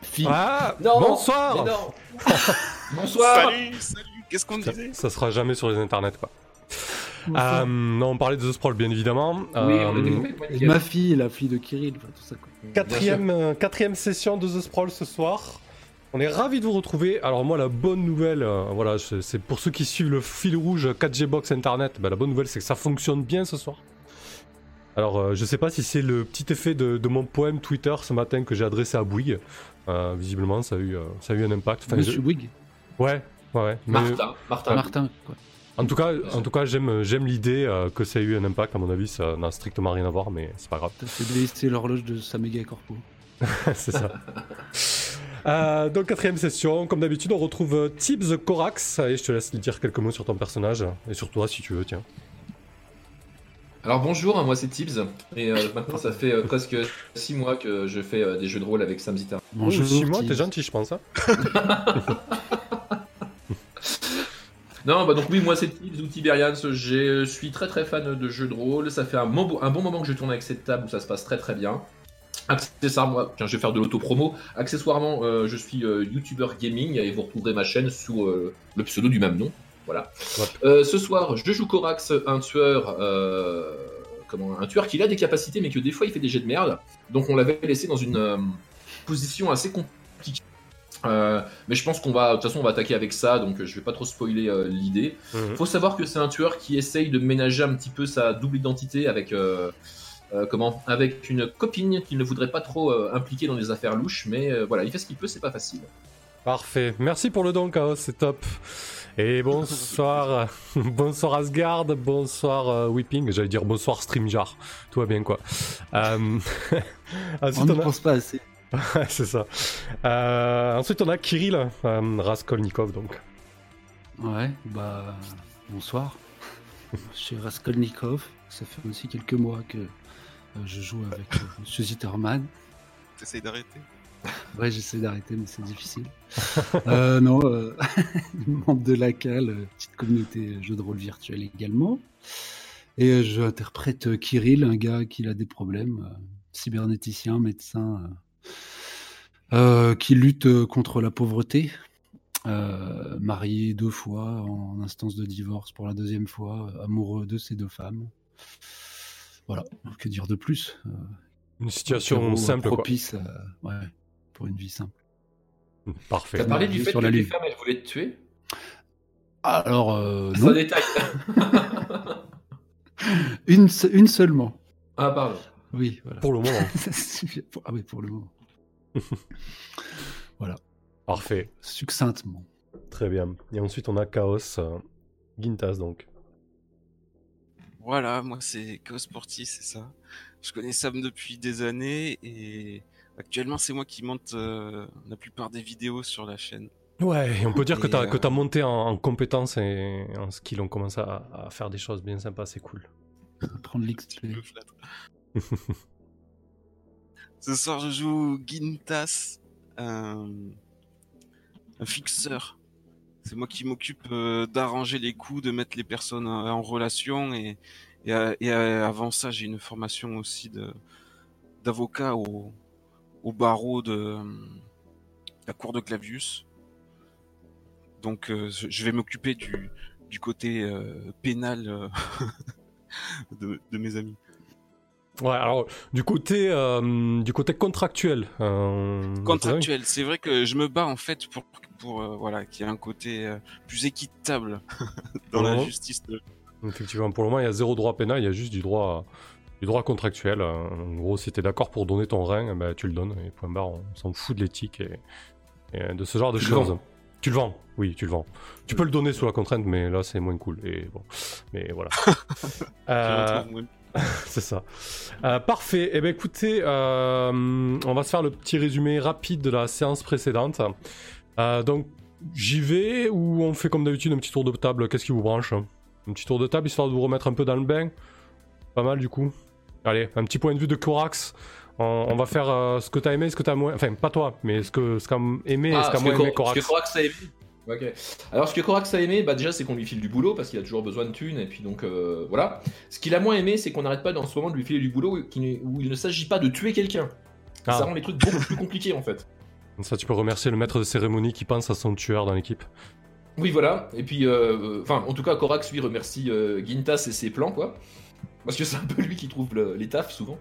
Ah, Non, bonsoir. mais non. Bonsoir. Salut, qu'est-ce qu'on disait? Ça sera jamais sur les internets, quoi. Non, on parlait de The Sprawl, bien évidemment. Oui, on était complètement Et ma fille, la fille de Kirill, enfin, tout ça quoi. Quatrième session de The Sprawl ce soir. On est ravis de vous retrouver. Alors moi, la bonne nouvelle, voilà, c'est pour ceux qui suivent le fil rouge 4G Box Internet, la bonne nouvelle c'est que ça fonctionne bien ce soir. Alors je sais pas si c'est le petit effet de mon poème Twitter ce matin que j'ai adressé à Bouygues. Visiblement ça a eu un impact. Enfin, Monsieur Bouygues. Ouais. Mais, Martin. Quoi. En tout cas j'aime l'idée que ça a eu un impact. À mon avis ça n'a strictement rien à voir, mais c'est pas grave. C'est délaissé l'horloge de sa méga corpo. C'est ça. Donc quatrième session, comme d'habitude on retrouve Tibbs Corax, et je te laisse lui dire quelques mots sur ton personnage, et sur toi si tu veux, tiens. Alors bonjour, moi c'est Tibbs, et maintenant ça fait presque 6 mois que je fais des jeux de rôle avec Sam Zita. Bonjour, 6 mois, Tibbs. t'es gentil je pense, hein. Non, bah donc oui, moi c'est Tibbs ou Tiberians, je suis très très fan de jeux de rôle, ça fait un bon moment que je tourne avec cette table où ça se passe très très bien. Accessoirement, tiens, je vais faire de l'auto-promo. Accessoirement, je suis youtubeur gaming et vous retrouverez ma chaîne sous le pseudo du même nom. Voilà. Ce soir, je joue Corax, un tueur, un tueur qui a des capacités, mais que des fois il fait des jets de merde. Donc on l'avait laissé dans une position assez compliquée. Mais je pense de toute façon, on va attaquer avec ça, donc je vais pas trop spoiler l'idée. Faut savoir que c'est un tueur qui essaye de ménager un petit peu sa double identité avec. Avec une copine qu'il ne voudrait pas trop impliquer dans des affaires louches, mais voilà, il fait ce qu'il peut, c'est pas facile. Parfait, merci pour le don Chaos, c'est top. Et bonsoir, bonsoir Asgard, bonsoir Weeping, j'allais dire bonsoir Streamjar, tout va bien quoi. On ne pense pas assez. Ouais, c'est ça. Ensuite on a Kirill, Raskolnikov donc. Ouais, bonsoir. Je suis Raskolnikov, ça fait aussi quelques mois que je joue avec Monsieur Zitterman. T'essayes d'arrêter? Ouais, j'essaie d'arrêter, mais c'est difficile. Membre de l'ACAL, petite communauté jeux de rôle virtuel également. Et je interprète Kirill, un gars qui a des problèmes, cybernéticien, médecin, qui lutte contre la pauvreté. Marié 2 fois, en instance de divorce pour la 2e fois, amoureux de ses 2 femmes. Voilà, que dire de plus? Une situation simple propice, ouais, pour une vie simple. Parfait. T'as parlé du fait sur que la les lune. femmes elles voulaient te tuer? Alors, Ça non. détaille. Une seulement. Ah pardon. Oui, voilà. Pour le moment. Ah oui, pour le moment. Voilà. Parfait. Succinctement. Très bien. Et ensuite on a Chaos, Gintas donc. Voilà, moi c'est Chaos Sporty, c'est ça. Je connais Sam depuis des années et actuellement c'est moi qui monte la plupart des vidéos sur la chaîne. Ouais, et on peut dire que t'as monté en compétences et en skill, on commence à faire des choses bien sympas, c'est cool. Prendre l'XP. Tu me flattes. Ce soir je joue Gintas, un fixeur. C'est moi qui m'occupe d'arranger les coups, de mettre les personnes en relation et avant ça j'ai une formation aussi d'avocat au barreau de la cour de Clavius. Donc je vais m'occuper du côté pénal de mes amis. Ouais, alors du côté contractuel. Contractuel, c'est vrai que je me bats en fait pour voilà qu'il y ait un côté plus équitable dans la justice. Effectivement, pour le moment, il y a 0 droit pénal, il y a juste du droit contractuel. En gros, si t'es d'accord pour donner ton rein, ben, tu le donnes. Et point barre, on s'en fout de l'éthique et de ce genre de choses. Tu le vends, oui, tu le vends. Tu peux le donner sous la contrainte, mais là, c'est moins cool. Et bon, mais voilà. C'est ça. Parfait. Eh ben écoutez, on va se faire le petit résumé rapide de la séance précédente. Donc, j'y vais ou on fait comme d'habitude un petit tour de table? Qu'est-ce qui vous branche? Un petit tour de table histoire de vous remettre un peu dans le bain. Pas mal du coup. Allez, un petit point de vue de Corax. On va faire ce que t'as aimé, ce que t'as moins... Enfin, pas toi, mais ce qu'a aimé et ce qu'a moins aimé Corax. Ce que Corax a aimé. Ok. Alors ce que Corax a aimé, déjà c'est qu'on lui file du boulot parce qu'il a toujours besoin de thunes et puis donc voilà. Ce qu'il a moins aimé, c'est qu'on n'arrête pas en ce moment de lui filer du boulot où il ne s'agit pas de tuer quelqu'un. Ça rend les trucs beaucoup plus compliqués en fait. Ça, tu peux remercier le maître de cérémonie qui pense à son tueur dans l'équipe. Oui, voilà. Et puis, en tout cas, Corax, lui, remercie Gintas et ses plans, quoi. Parce que c'est un peu lui qui trouve les tafs, souvent.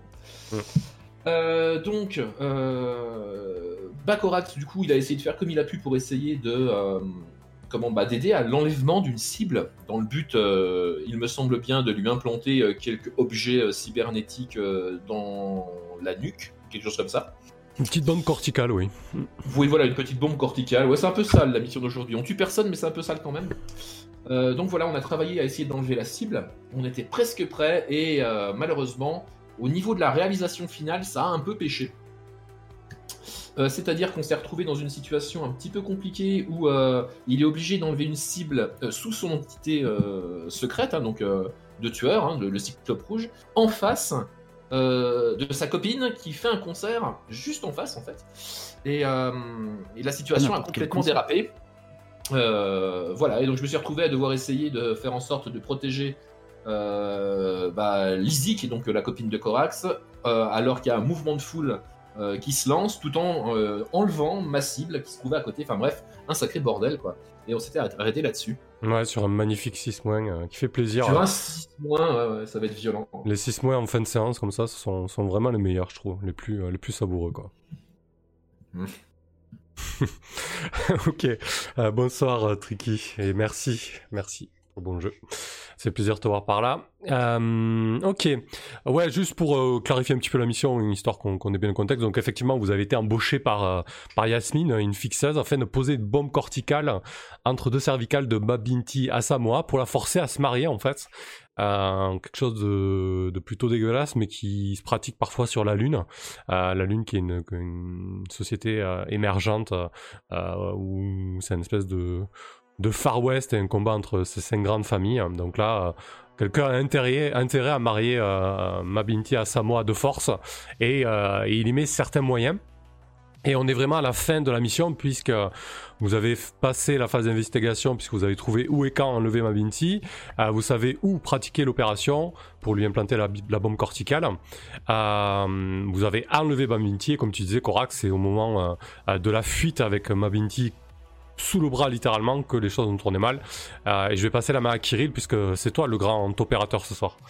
Corax, du coup, il a essayé de faire comme il a pu pour essayer d'aider à l'enlèvement d'une cible, dans le but, il me semble bien, de lui implanter quelques objets cybernétiques dans la nuque, quelque chose comme ça. Une petite bombe corticale, oui. Oui, voilà, une petite bombe corticale. Ouais, c'est un peu sale la mission d'aujourd'hui. On tue personne, mais c'est un peu sale quand même. Donc voilà, on a travaillé à essayer d'enlever la cible. On était presque prêt et malheureusement, au niveau de la réalisation finale, ça a un peu pêché. C'est-à-dire qu'on s'est retrouvé dans une situation un petit peu compliquée où il est obligé d'enlever une cible sous son entité secrète, donc de tueur, le Cyclope Rouge, en face de sa copine qui fait un concert juste en face en fait. Et la situation a complètement dérapé. Voilà, et donc je me suis retrouvé à devoir essayer de faire en sorte de protéger Lizzie, qui est donc la copine de Corax, alors qu'il y a un mouvement de foule qui se lance tout en enlevant ma cible qui se trouvait à côté. Enfin bref, un sacré bordel quoi. Et on s'était arrêté là-dessus. Ouais, sur un magnifique 6- qui fait plaisir. Sur un 6-, ouais, ça va être violent. Les 6- en fin de séance comme ça, sont vraiment les meilleurs, je trouve, les plus savoureux quoi. Ok, bonsoir Tricky, et merci pour bon jeu. C'est plaisir de te voir par là. Ok, ouais, juste pour clarifier un petit peu la mission, une histoire qu'on ait bien le contexte. Donc effectivement, vous avez été embauché par Yasmine, une fixeuse, afin de poser une bombe corticale entre deux cervicales de Mabinti Asamoah pour la forcer à se marier en fait. Quelque chose de plutôt dégueulasse, mais qui se pratique parfois sur la Lune. La Lune qui est une société émergente où c'est une espèce de Far West et un combat entre ces 5 grandes familles. Donc là, quelqu'un a intérêt à marier Mabinti Asamoah de force et il y met certains moyens. Et on est vraiment à la fin de la mission puisque vous avez passé la phase d'investigation, puisque vous avez trouvé où et quand enlever Mabinti. Vous savez où pratiquer l'opération pour lui implanter la bombe corticale. Vous avez enlevé Mabinti et comme tu disais, Corax, c'est au moment de la fuite avec Mabinti sous le bras littéralement que les choses ont tourné mal. Et je vais passer la main à Kirill puisque c'est toi le grand opérateur ce soir.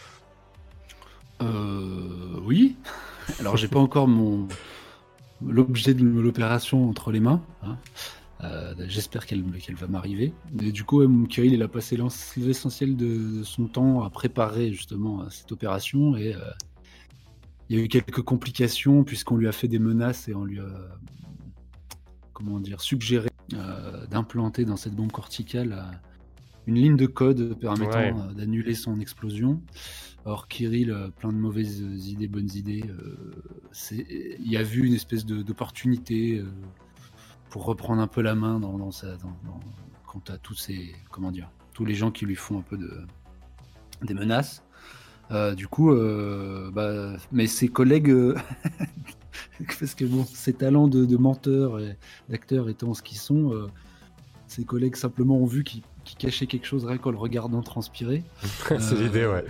Oui. Alors j'ai pas encore l'objet de l'opération entre les mains. J'espère qu'elle va m'arriver. Et du coup, Kirill il a passé l'essentiel de son temps à préparer justement cette opération et il y a eu quelques complications puisqu'on lui a fait des menaces et on lui a suggéré d'implanter dans cette bombe corticale une ligne de code permettant d'annuler son explosion. Or Kirill, plein de mauvaises idées, bonnes idées, il a vu une espèce d'opportunité pour reprendre un peu la main quant à tous les gens qui lui font un peu des menaces. Du coup, mais ses collègues, parce que bon, ses talents de menteur et d'acteur étant ce qu'ils sont, ses collègues simplement ont vu qu'ils cachaient quelque chose rien qu'en le regardant transpirer. C'est l'idée, ouais.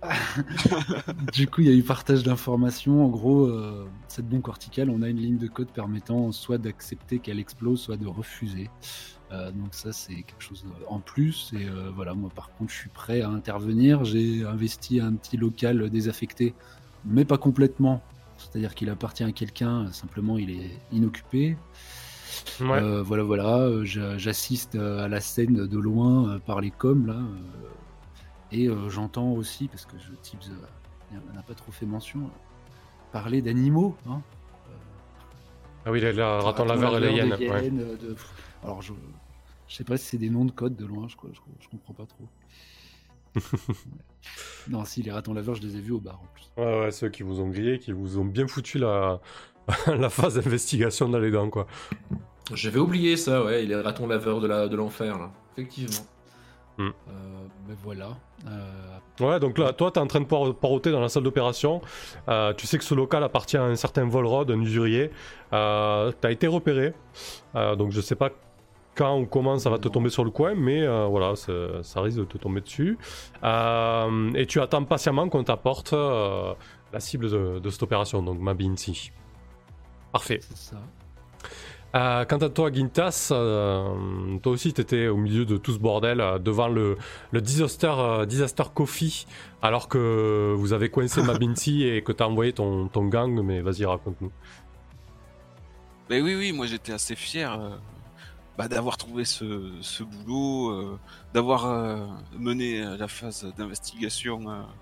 Du coup, il y a eu partage d'informations. En gros, cette bombe corticale, on a une ligne de code permettant soit d'accepter qu'elle explose, soit de refuser. Donc ça, c'est quelque chose en plus. Et voilà, moi par contre, je suis prêt à intervenir. J'ai investi un petit local désaffecté, mais pas complètement. C'est-à-dire qu'il appartient à quelqu'un, simplement il est inoccupé. Ouais. Voilà. J'assiste à la scène de loin par les coms là. Et j'entends aussi, parce que Tibbs n'a pas trop fait mention, parler d'animaux. Hein. Ah oui, le raton laveur et les hyènes. Ouais. Alors, je sais pas si c'est des noms de code de loin, je comprends pas trop. Non, si, les ratons laveurs, je les ai vus au bar en plus. Ouais, ceux qui vous ont grillé, qui vous ont bien foutu la phase d'investigation dans les dents, quoi. J'avais oublié ça, ouais, les ratons laveurs de l'enfer, là. Effectivement. Mais voilà. Ouais, donc là, toi, t'es en train de paroter dans la salle d'opération. Tu sais que ce local appartient à un certain Volrod, un usurier. T'as été repéré. Donc je sais pas quand ou comment ça va te tomber sur le coin, mais voilà, ça risque de te tomber dessus. Et tu attends patiemment qu'on t'apporte la cible de cette opération, donc Mabinti. Parfait. C'est ça. Quant à toi, Gintas, toi aussi t'étais au milieu de tout ce bordel, devant le Disaster Coffee, alors que vous avez coincé Mabinti et que t'as envoyé ton gang, mais vas-y, raconte-nous. Mais oui, moi j'étais assez fier d'avoir trouvé ce boulot, d'avoir mené la phase d'investigation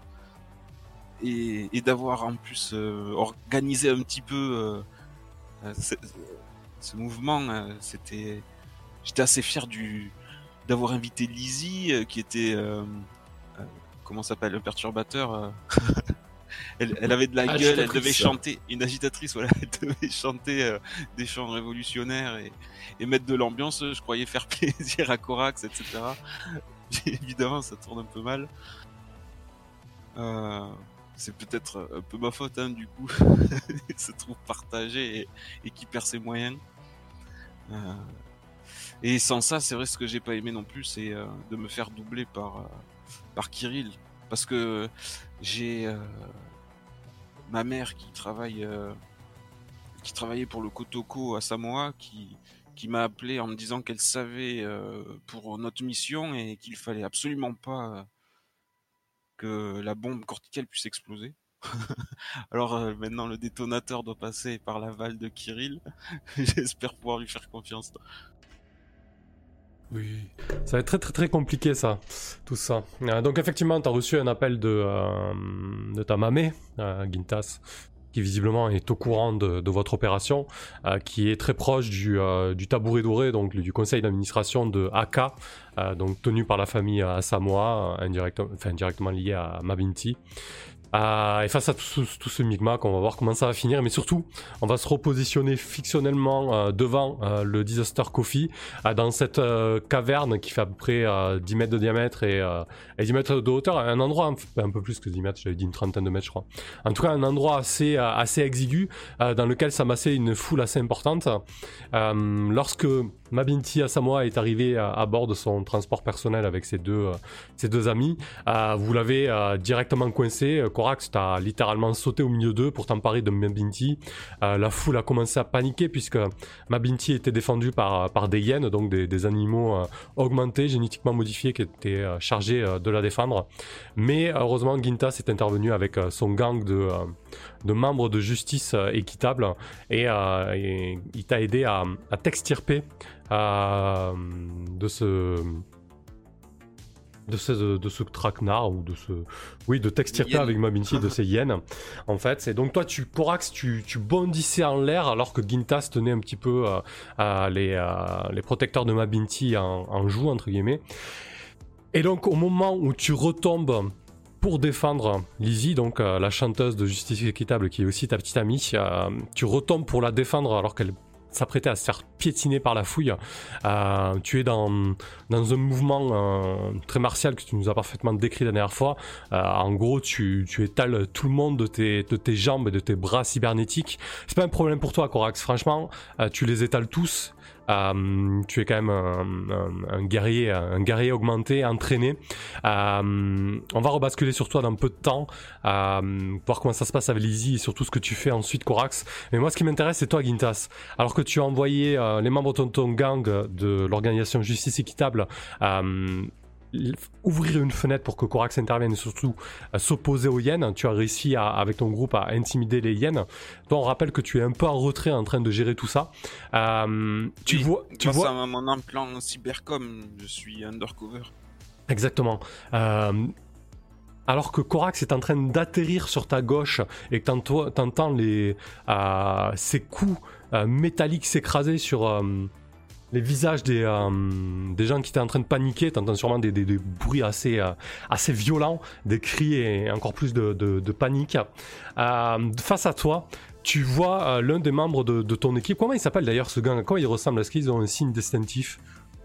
et d'avoir en plus organisé un petit peu ce mouvement. J'étais assez fier d'avoir invité Lizzie, qui était comment s'appelle, le perturbateur. Elle avait de la gueule, elle devait chanter, une agitatrice, voilà, elle devait chanter des chants révolutionnaires et mettre de l'ambiance. Je croyais faire plaisir à Corax, etc. Évidemment, ça tourne un peu mal. C'est peut-être un peu ma faute, hein, du coup, il se trouve partagé et qui perd ses moyens. Et sans ça, c'est vrai, ce que j'ai pas aimé non plus, c'est de me faire doubler par Kirill, parce que j'ai ma mère qui travaillait pour le Kotoko à Samoa, qui m'a appelé en me disant qu'elle savait pour notre mission et qu'il fallait absolument pas que la bombe corticale puisse exploser. Alors maintenant le détonateur doit passer par l'aval de Kirill. J'espère pouvoir lui faire confiance. Oui, ça va être très très très compliqué ça, tout ça. Donc effectivement, tu as reçu un appel de ta mamée, Gintas, qui visiblement est au courant de votre opération, qui est très proche du tabouret doré, donc du conseil d'administration de Aka, donc tenu par la famille à Samoa, indirectement lié à Mabinti. Et face à tout ce micmac, on va voir comment ça va finir, mais surtout, on va se repositionner fictionnellement devant le Disaster Coffee, dans cette caverne qui fait à peu près 10 mètres de diamètre et 10 mètres de hauteur, un endroit un peu plus que 10 mètres, j'avais dit une trentaine de mètres je crois. En tout cas un endroit assez exigu, dans lequel s'amassait une foule assez importante. Lorsque Mabinti Asamoah est arrivé à bord de son transport personnel avec ses deux amis, vous l'avez directement coincé. Corax t'a littéralement sauté au milieu d'eux pour t'emparer de Mabinti. La foule a commencé à paniquer puisque Mabinti était défendu par des hyènes, donc des animaux augmentés, génétiquement modifiés, qui étaient chargés de la défendre. Mais heureusement, Gintas est intervenu avec son gang de membres de justice équitable et il t'a aidé à t'extirper de ce traquenard ou de t'extirper avec Mabinti de ces hyènes en fait. Et donc toi Corax tu bondissais en l'air alors que Gintas tenait un petit peu les protecteurs de Mabinti en joue entre guillemets. Et donc au moment où tu retombes pour défendre Lizzie, donc la chanteuse de Justice Équitable qui est aussi ta petite amie, tu retombes pour la défendre alors qu'elle s'apprêtait à se faire piétiner par la fouille. Tu es dans un mouvement très martial que tu nous as parfaitement décrit la dernière fois. En gros, tu étales tout le monde de tes jambes et de tes bras cybernétiques. C'est pas un problème pour toi, Corax. Franchement, tu les étales tous. Tu es quand même un guerrier augmenté, entraîné. On va rebasculer sur toi dans peu de temps, voir comment ça se passe avec Lizzie et surtout ce que tu fais ensuite, Corax. Mais moi, ce qui m'intéresse, c'est toi, Gintas. Alors que tu as envoyé les membres de ton gang de l'organisation Justice Équitable ouvrir une fenêtre pour que Corax intervienne et surtout s'opposer aux hyènes. Tu as réussi avec ton groupe à intimider les hyènes. Toi, on rappelle que tu es un peu en retrait en train de gérer tout ça. Tu vois à mon implant cybercom, je suis undercover. Exactement. Alors que Corax est en train d'atterrir sur ta gauche et que t'entends ces coups métalliques s'écraser sur les visages des gens qui étaient en train de paniquer, t'entends sûrement des bruits assez violents, des cris et encore plus de panique. Face à toi, tu vois l'un des membres de ton équipe. Comment il s'appelle d'ailleurs ce gang? À quoi il ressemble? Est-ce qu'ils ont un signe distinctif?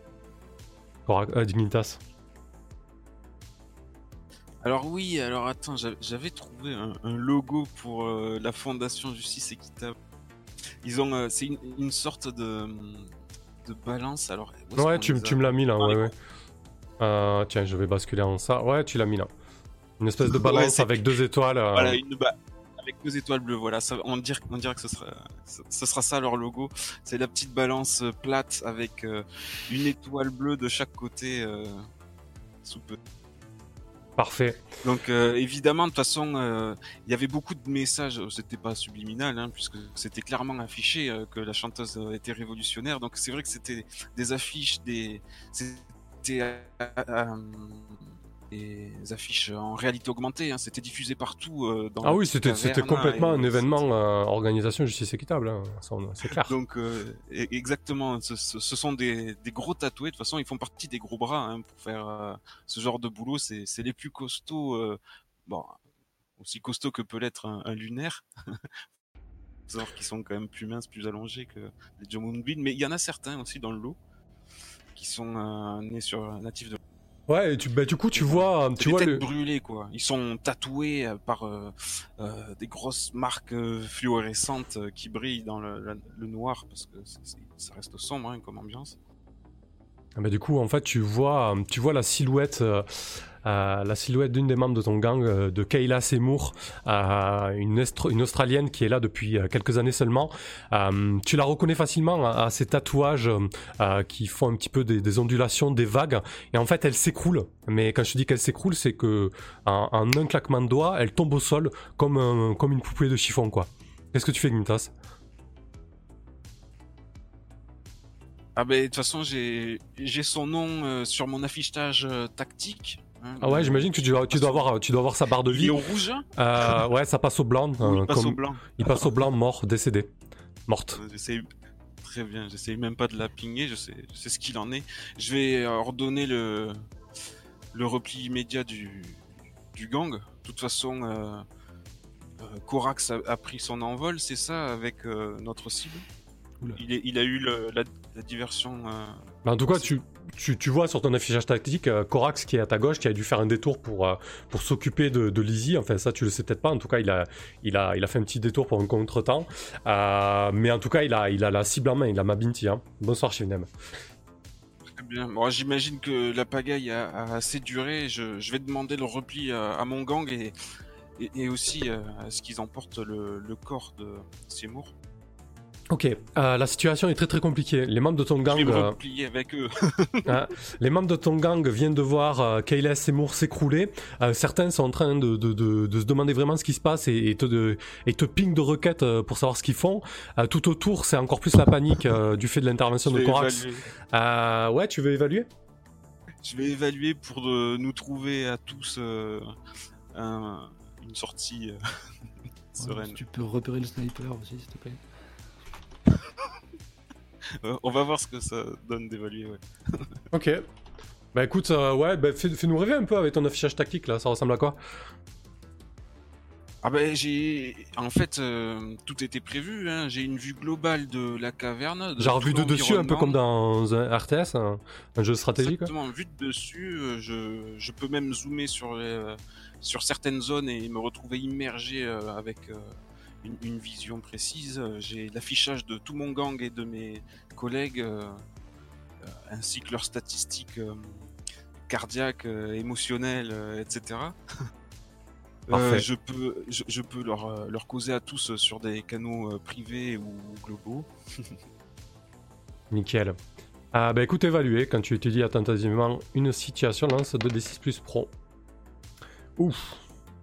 Gintas. Alors oui, attends, j'avais trouvé un logo pour la Fondation Justice Équitable. Ils ont, c'est une sorte de balance. Alors ouais, tu me l'as mis là. Ouais. Tiens, je vais basculer en ça. Ouais, tu l'as mis là. Une espèce de balance avec deux étoiles. Voilà, avec 2 étoiles bleues, voilà. Ça, on dirait que ce sera ça leur logo. C'est la petite balance plate avec une étoile bleue de chaque côté sous peu. Parfait. Donc évidemment, de toute façon, il y avait beaucoup de messages. C'était pas subliminal, hein, puisque c'était clairement affiché que la chanteuse était révolutionnaire. Donc c'est vrai que c'était des affiches, c'était des affiches en réalité augmentée. Hein. C'était diffusé partout dans Ah la oui, petite c'était caverne, complètement un et événement organisation justice équitable, hein. Ça, c'est clair. donc exactement, ce sont des gros tatoués. De toute façon, ils font partie des gros bras hein, pour faire ce genre de boulot. C'est les plus costauds, bon, aussi costauds que peut l'être un lunaire. Faut savoir qu'ils sont quand même plus minces, plus allongés que les John Moonbeam. Mais il y en a certains aussi dans le lot qui sont nés sur natifs de. Ouais, et du coup, tu vois des têtes brûlées, quoi. Ils sont tatoués par des grosses marques fluorescentes qui brillent dans le noir parce que ça reste sombre hein, comme ambiance. Ah bah du coup, en fait, tu vois la silhouette d'une des membres de ton gang, de Kayla Seymour, une Australienne qui est là depuis quelques années seulement. Tu la reconnais facilement à ses tatouages qui font un petit peu des ondulations, des vagues. Et en fait, elle s'écroule. Mais quand je te dis qu'elle s'écroule, c'est que en un claquement de doigts, elle tombe au sol comme une poupée de chiffon, quoi. Qu'est-ce que tu fais, Gnimtas ? Ah ben de toute façon j'ai son nom sur mon affichage tactique. Hein, ah ouais, j'imagine que tu dois avoir sa barre de vie. Il est au rouge hein ouais, ça passe au blanc. il passe au blanc. Il passe au blanc, mort, décédé. Morte. Très bien, j'essaye même pas de la pinguer, je sais ce qu'il en est. Je vais ordonner le repli immédiat du gang. De toute façon, Corax a pris son envol, c'est ça, avec notre cible. Il a eu la diversion. En tout cas, tu vois sur ton affichage tactique Corax qui est à ta gauche, qui a dû faire un détour pour s'occuper de Lizzie. Enfin, ça, tu le sais peut-être pas. En tout cas, il a fait un petit détour pour un contretemps. Mais en tout cas, il a la cible en main. Il a ma Binti. Hein. Bonsoir, Shivnem. Très bien. Bon, j'imagine que la pagaille a assez duré. Je vais demander le repli à mon gang et aussi à ce qu'ils emportent le corps de Seymour. Ok, la situation est très très compliquée. Les membres de ton gang, je vais me replier avec eux. Les membres de ton gang viennent de voir Kayla Seymour s'écrouler. Certains sont en train de se demander vraiment ce qui se passe et te pingent de requêtes pour savoir ce qu'ils font. Tout autour, c'est encore plus la panique du fait de l'intervention de Corax. Ouais, tu veux évaluer ? Je vais évaluer pour nous trouver à tous une sortie sereine. Si tu peux repérer le sniper aussi, s'il te plaît. On va voir ce que ça donne d'évaluer, ouais. Ok. Bah écoute, ouais, bah, fais-nous rêver un peu avec ton affichage tactique là, ça ressemble à quoi ? Ah bah en fait, tout était prévu, hein. J'ai une vue globale de la caverne. Genre vue de dessus, un peu comme dans un RTS, un jeu de stratégie. Exactement, vue de dessus, je peux même zoomer sur certaines zones et me retrouver immergé avec une vision précise. J'ai l'affichage de tout mon gang et de mes collègues, ainsi que leurs statistiques cardiaques, émotionnelles, etc. Je peux leur causer à tous sur des canaux privés ou globaux. Nickel. Bah écoute, évaluer quand tu étudies attentivement une situation, lance 2d6 plus pro. Ouf.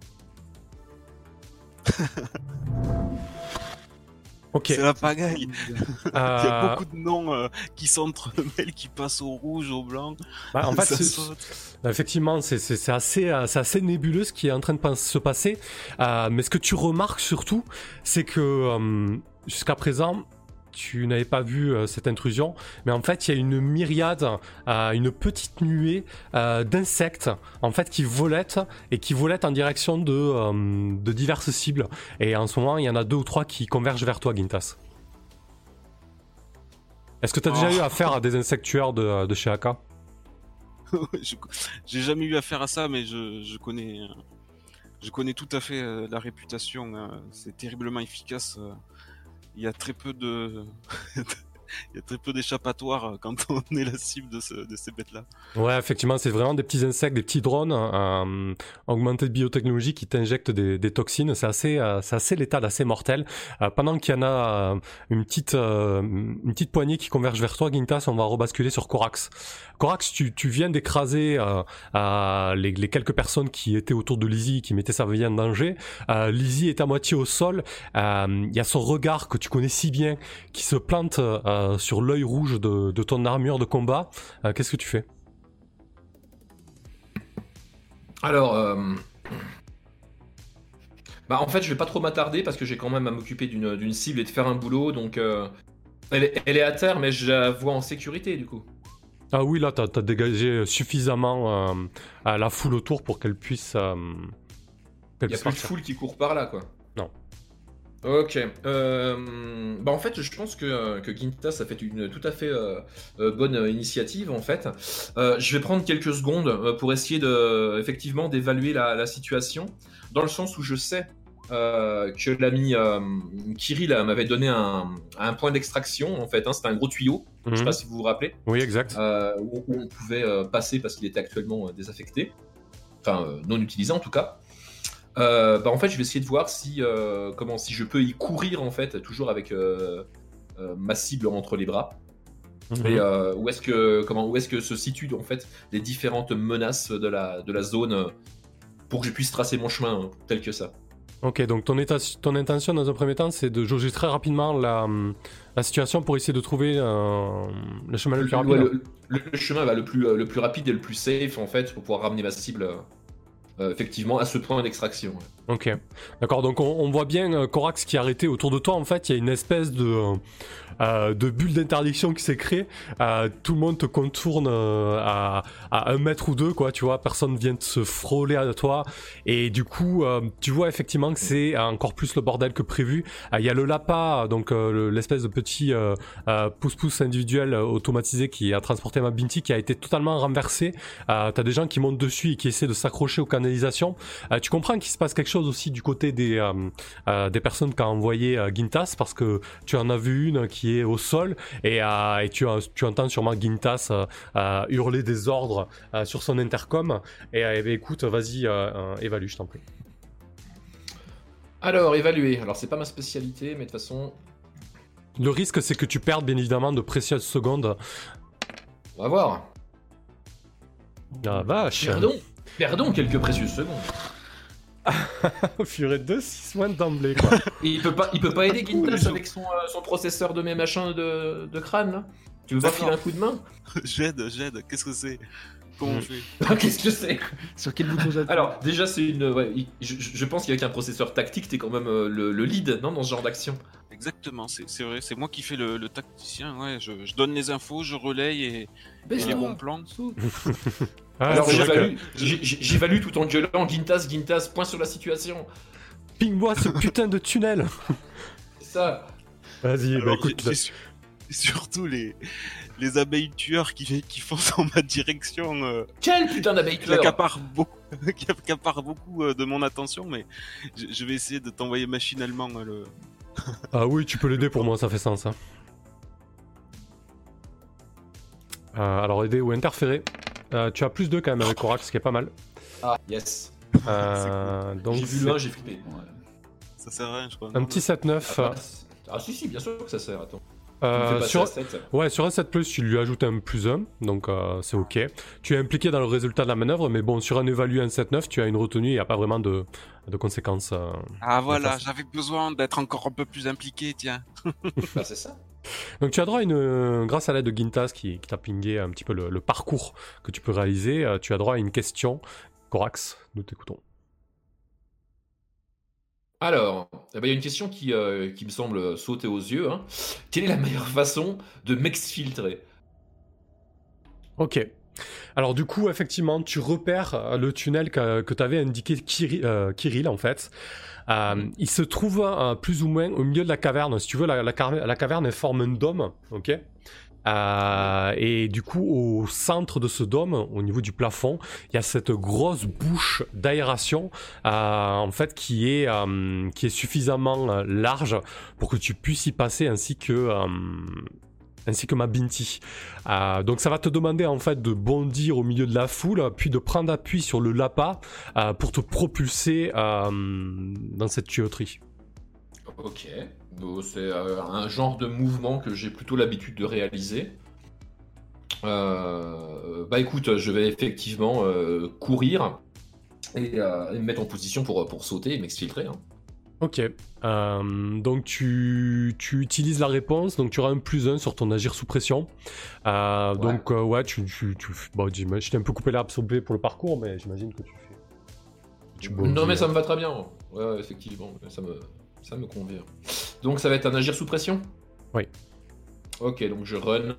Ok. C'est la pagaille. Il y a beaucoup de noms qui s'entremêlent, qui passent au rouge, au blanc. Bah, en fait, effectivement, c'est assez nébuleux ce qui est en train de se passer. Mais ce que tu remarques surtout, c'est que jusqu'à présent, tu n'avais pas vu cette intrusion, mais en fait il y a une myriade, une petite nuée d'insectes en fait qui volettent en direction de diverses cibles. Et en ce moment il y en a 2 ou 3 qui convergent vers toi, Gintas. Est-ce que tu as déjà eu affaire à des insectes tueurs de chez AK ? J'ai jamais eu affaire à ça, mais je connais tout à fait la réputation. C'est terriblement efficace. Il y a très peu Il y a très peu d'échappatoires quand on est la cible de ces bêtes-là. Ouais, effectivement, c'est vraiment des petits insectes, des petits drones augmentés de biotechnologie qui t'injectent des toxines. C'est assez létal, assez mortel. Pendant qu'il y en a une petite poignée qui converge vers toi, Gintas, on va rebasculer sur Corax. Corax, tu viens d'écraser les quelques personnes qui étaient autour de Lizzie, qui mettaient sa vie en danger. Lizzie est à moitié au sol. Il y a son regard que tu connais si bien qui se plante sur l'œil rouge de ton armure de combat. Qu'est-ce que tu fais? Alors, en fait, je vais pas trop m'attarder parce que j'ai quand même à m'occuper d'une cible et de faire un boulot. Donc, elle est à terre, mais je la vois en sécurité du coup. Ah oui, là, t'as dégagé suffisamment la foule autour pour qu'elle puisse. Il y a plus de foule qui court par là, quoi. Non. Ok. En fait, je pense que Gintas a fait une tout à fait bonne initiative, en fait. Je vais prendre quelques secondes pour essayer effectivement d'évaluer la situation, dans le sens où je sais que l'ami Kirill m'avait donné un point d'extraction, en fait. Hein, c'était un gros tuyau, je sais pas si vous vous rappelez. Oui, exact. Où on pouvait passer parce qu'il était actuellement désaffecté. Enfin, non utilisé en tout cas. En fait, je vais essayer de voir si je peux y courir, en fait, toujours avec ma cible entre les bras. Et où est-ce que se situent, en fait, les différentes menaces de la zone pour que je puisse tracer mon chemin tel que ça. Ok, donc ton intention dans un premier temps, c'est de jauger très rapidement la situation pour essayer de trouver le chemin le plus rapide. Ouais, le chemin le plus rapide et le plus safe, en fait, pour pouvoir ramener ma cible effectivement à ce point d'extraction. Ouais. Ok, d'accord, donc on voit bien Corax qui est arrêté autour de toi. En fait, il y a une espèce de bulle d'interdiction qui s'est créée. Tout le monde te contourne à 1 mètre ou 2, quoi, tu vois, personne vient de se frôler à toi, et du coup tu vois effectivement que c'est encore plus le bordel que prévu. Il y a le Lapa, donc l'espèce de petit pouce-pouce individuel automatisé qui a transporté ma Binti, qui a été totalement renversé. T'as des gens qui montent dessus et qui essaient de s'accrocher aux canalisations. Tu comprends qu'il se passe quelque chose aussi du côté des personnes qu'a envoyé Gintas, parce que tu en as vu une qui est au sol et tu entends sûrement Gintas hurler des ordres sur son intercom. Et écoute, vas-y, évalue, je t'en prie. Alors, évaluer. Alors, c'est pas ma spécialité, mais de toute façon... Le risque, c'est que tu perdes, bien évidemment, de précieuses secondes. On va voir. Ah, vache. Perdons quelques précieuses secondes. Furet 2, 6 moins d'emblée, quoi. Et il peut pas aider Gintas avec son processeur de mes machins de crâne, là? Tu veux pas filer un coup de main? J'aide, qu'est-ce que c'est? Comment on fait? Qu'est-ce que c'est? Sur quel bouton j'appuie? Alors, déjà, c'est une... Ouais, je pense qu'avec un processeur tactique, t'es quand même le lead, non, dans ce genre d'action. Exactement, c'est vrai, c'est moi qui fais le tacticien, ouais, je donne les infos, je relaye et les bons plans. Alors, j'évalue tout en gueulant, Gintas, point sur la situation. Ping-moi ce putain de tunnel. C'est ça. Vas-y, alors, écoute. surtout les abeilles tueurs qui foncent en ma direction. Quel putain d'abeille tueur! Qui accapare beaucoup de mon attention, mais je vais essayer de t'envoyer machinalement le... Ah oui, tu peux l'aider, pour moi, ça fait sens. Hein. Alors, aider ou interférer. Tu as plus 2 quand même avec Corax, ce qui est pas mal. Ah, yes. Donc j'ai vu le 1, j'ai flippé. Ouais. Ça sert à rien, je crois. Un petit 7-9. Ah si, bien sûr que ça sert, attends. Sur un 7+, tu lui ajoutes un +1, donc c'est ok. Tu es impliqué dans le résultat de la manœuvre, mais bon, sur un évalué un 7-9, tu as une retenue, il n'y a pas vraiment de conséquences. Ah voilà, j'avais besoin d'être encore un peu plus impliqué, tiens. Bah c'est ça. Donc tu as droit grâce à l'aide de Gintas qui t'a pingé un petit peu le parcours que tu peux réaliser, tu as droit à une question. Corax, nous t'écoutons. Alors, il y a une question qui me semble sauter aux yeux. Hein. Quelle est la meilleure façon de m'exfiltrer? Ok. Alors du coup, effectivement, tu repères le tunnel que t'avait indiqué Kirill, en fait. Il se trouve plus ou moins au milieu de la caverne. Si tu veux, la caverne elle forme un dôme, ok. Et du coup, au centre de ce dôme, au niveau du plafond, il y a cette grosse bouche d'aération, en fait, qui est suffisamment large pour que tu puisses y passer, ainsi que ainsi que ma Binti. Donc ça va te demander en fait de bondir au milieu de la foule, puis de prendre appui sur le lapin pour te propulser dans cette tuyauterie. Ok, donc c'est un genre de mouvement que j'ai plutôt l'habitude de réaliser. Bah écoute, je vais effectivement courir et me mettre en position pour sauter et m'exfiltrer. Hein. Ok, donc tu utilises la réponse, donc tu auras un +1 sur ton agir sous pression. Donc ouais, bon, je t'ai un peu coupé l'herbe sauvée pour le parcours, mais j'imagine que tu bondis. Non mais ça me va très bien. Ouais, effectivement, ça me convient. Donc ça va être un agir sous pression ? Oui. Ok, donc je run.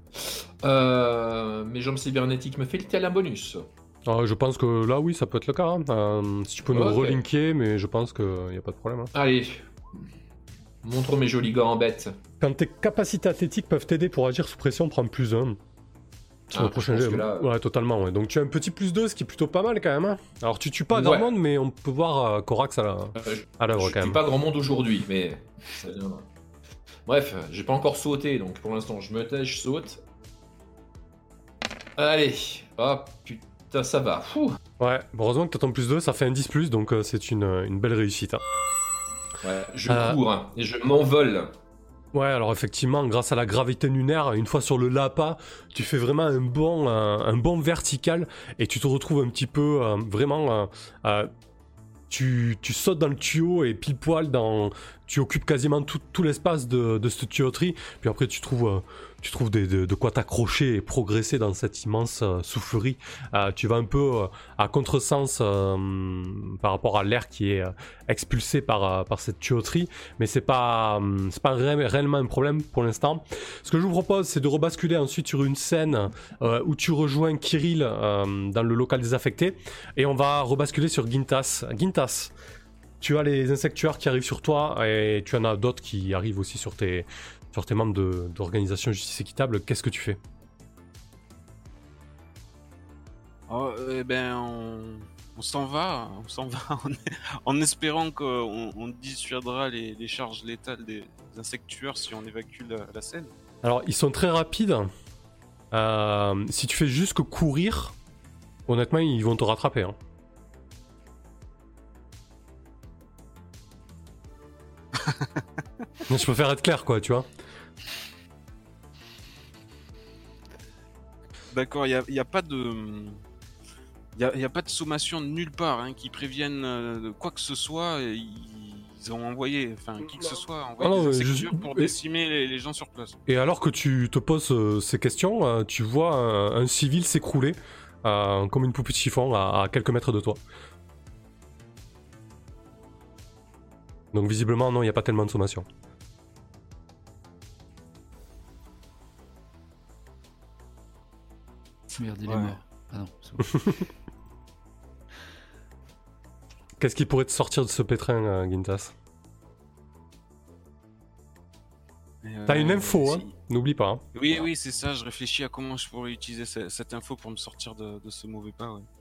Mes jambes cybernétiques me fait-il un bonus ? Je pense que là, oui, ça peut être le cas. Hein. Si tu peux nous relinker, mais je pense qu'il n'y a pas de problème. Hein. Allez, montre mes jolis gambettes. Quand tes capacités athlétiques peuvent t'aider pour agir sous pression, prends +1. Sur le prochain jet. Là... Ouais, totalement. Ouais. Donc tu as un petit +2, ce qui est plutôt pas mal quand même. Hein. Alors tu tues pas grand monde, mais on peut voir Corax à l'œuvre quand même. Je tue pas grand monde aujourd'hui, mais ça viendra. Bref, j'ai pas encore sauté, donc pour l'instant je me tais, je saute. Allez, oh putain, ça va. Fouh. Ouais, heureusement que t'as ton +2, ça fait un 10+, donc c'est une belle réussite. Hein. Ouais, je cours hein, et je m'envole. Ouais, alors effectivement, grâce à la gravité lunaire, une fois sur le lapin, tu fais vraiment un bond vertical et tu te retrouves un petit peu tu sautes dans le tuyau et pile poil tu occupes quasiment tout l'espace de cette tuyauterie, puis après tu trouves de quoi t'accrocher et progresser dans cette immense soufflerie. Tu vas un peu à contresens par rapport à l'air qui est expulsé par cette tuyauterie, mais c'est pas réellement un problème pour l'instant. Ce que je vous propose, c'est de rebasculer ensuite sur une scène où tu rejoins Kirill dans le local désaffecté, et on va rebasculer sur Gintas. Gintas, tu as les insectuaires qui arrivent sur toi, et tu en as d'autres qui arrivent aussi sur tes membres d'organisation Justice Équitable. Qu'est-ce que tu fais ? On s'en va en espérant qu'on dissuadera les charges létales des insectuaires si on évacue la scène. Alors, ils sont très rapides. Si tu fais juste que courir, honnêtement, ils vont te rattraper. Hein. Je préfère être clair, quoi, tu vois. D'accord, il y a pas de... Il y a pas de sommation de nulle part hein, qui préviennent de quoi que ce soit. Ils ont envoyé, qui que ce soit, envoyé des insectures pour décimer les gens sur place. Et alors que tu te poses ces questions, tu vois un civil s'écrouler comme une poupée de chiffon à quelques mètres de toi. Donc visiblement, non, il n'y a pas tellement de sommation. Merde, il est mort. Ah non, c'est bon. Qu'est-ce qui pourrait te sortir de ce pétrin, Gintas ? T'as une info, hein ? N'oublie pas. Hein. Oui, c'est ça. Je réfléchis à comment je pourrais utiliser cette info pour me sortir de ce mauvais pas. Ouais.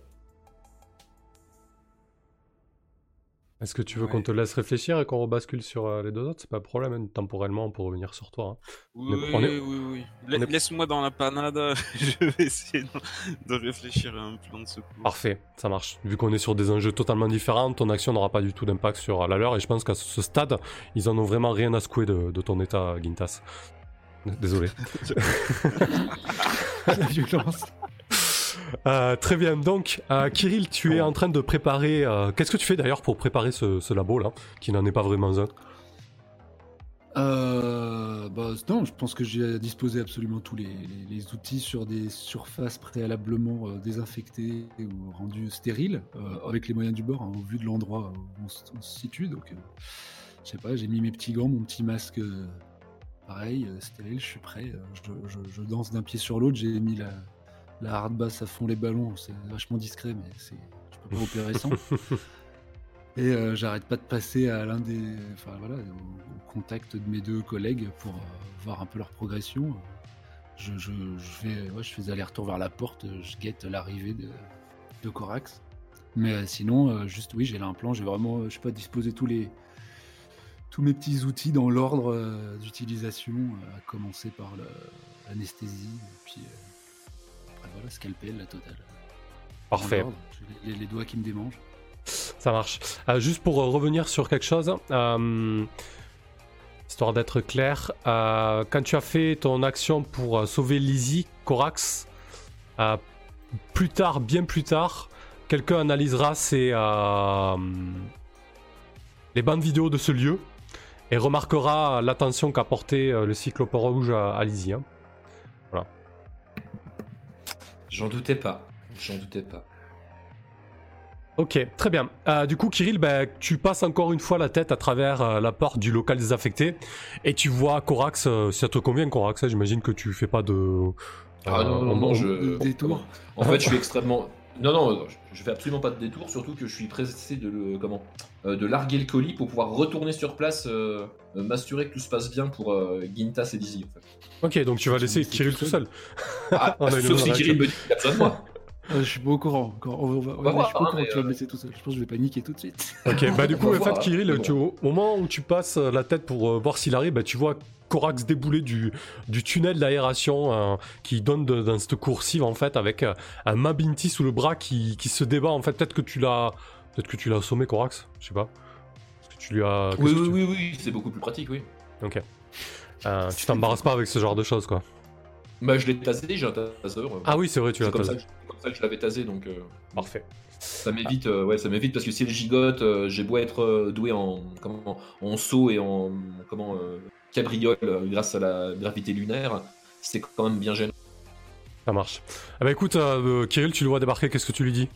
Est-ce que tu veux qu'on te laisse réfléchir et qu'on rebascule sur les deux autres ? C'est pas un problème, hein, temporellement, pour revenir sur toi. Hein. Oui. Laisse-moi dans la panade, je vais essayer de réfléchir à un plan de secours. Parfait, ça marche. Vu qu'on est sur des enjeux totalement différents, ton action n'aura pas du tout d'impact sur la leur, et je pense qu'à ce stade, ils en ont vraiment rien à secouer de ton état, Gintas. Désolé. La violence. Très bien, donc Kirill, tu es en train de préparer... qu'est-ce que tu fais d'ailleurs pour préparer ce labo-là, qui n'en est pas vraiment un ? Non, je pense que j'ai disposé absolument tous les outils sur des surfaces préalablement désinfectées ou rendues stériles, avec les moyens du bord, hein, au vu de l'endroit où on se situe. Donc, je sais pas, j'ai mis mes petits gants, mon petit masque, pareil, stérile, je suis prêt. Je danse d'un pied sur l'autre, j'ai mis la hard bass à fond les ballons, c'est vachement discret, mais je peux pas opérer sans. Et j'arrête pas de passer à au contact de mes deux collègues pour voir un peu leur progression. Je fais des allers-retours vers la porte, je guette l'arrivée de Corax. Mais sinon, j'ai là un plan, j'ai vraiment, disposé tous tous mes petits outils dans l'ordre d'utilisation, à commencer par l'anesthésie, et puis après voilà, scalpel, la totale. Parfait. J'ai les doigts qui me démangent. Ça marche. Juste pour revenir sur quelque chose, histoire d'être clair, quand tu as fait ton action pour sauver Lizzie, Corax, plus tard, bien plus tard, quelqu'un analysera les bandes vidéo de ce lieu et remarquera l'attention qu'a porté le Cyclope Rouge à Lizzie. Hein. Voilà. J'en doutais pas. Ok, très bien. Du coup, Kirill, tu passes encore une fois la tête à travers la porte du local désaffecté et tu vois Corax. Si ça te convient, Corax, j'imagine que tu fais pas de... non, détour. En fait, je suis extrêmement... Non, je fais absolument pas de détour, surtout que je suis pressé de larguer le colis pour pouvoir retourner sur place, m'assurer que tout se passe bien pour Gintas et Lizzie. En fait. Ok, donc tu vas laisser Kirill tout seul. Sauf si Kirill me dit qu'il a besoin de moi. Je suis pas au courant encore. Je suis pas au courant que tu vas me laisser tout seul. Je pense que je vais paniquer tout de suite. Ok, du coup, en fait, Kirill, au moment où tu passes la tête pour voir s'il arrive, tu vois Corax débouler du tunnel d'aération qui donne dans cette coursive en fait, avec un Mabinti sous le bras qui se débat en fait. Peut-être que tu l'as assommé, Corax. Je sais pas. Est-ce que tu lui as... Oui, c'est beaucoup plus pratique, oui. Ok. Tu t'embarrasses pas avec ce genre de choses, quoi. Je l'ai tasé, j'ai un taseur. Ah oui, c'est vrai, tu l'as tasé. Comme ça que je l'avais tasé, donc... Parfait. Ça m'évite, parce que si elle gigote, j'ai beau être doué en saut et en cabriole grâce à la gravité lunaire, c'est quand même bien gênant. Ça marche. Écoute, Kirill, tu le vois débarquer, qu'est-ce que tu lui dis?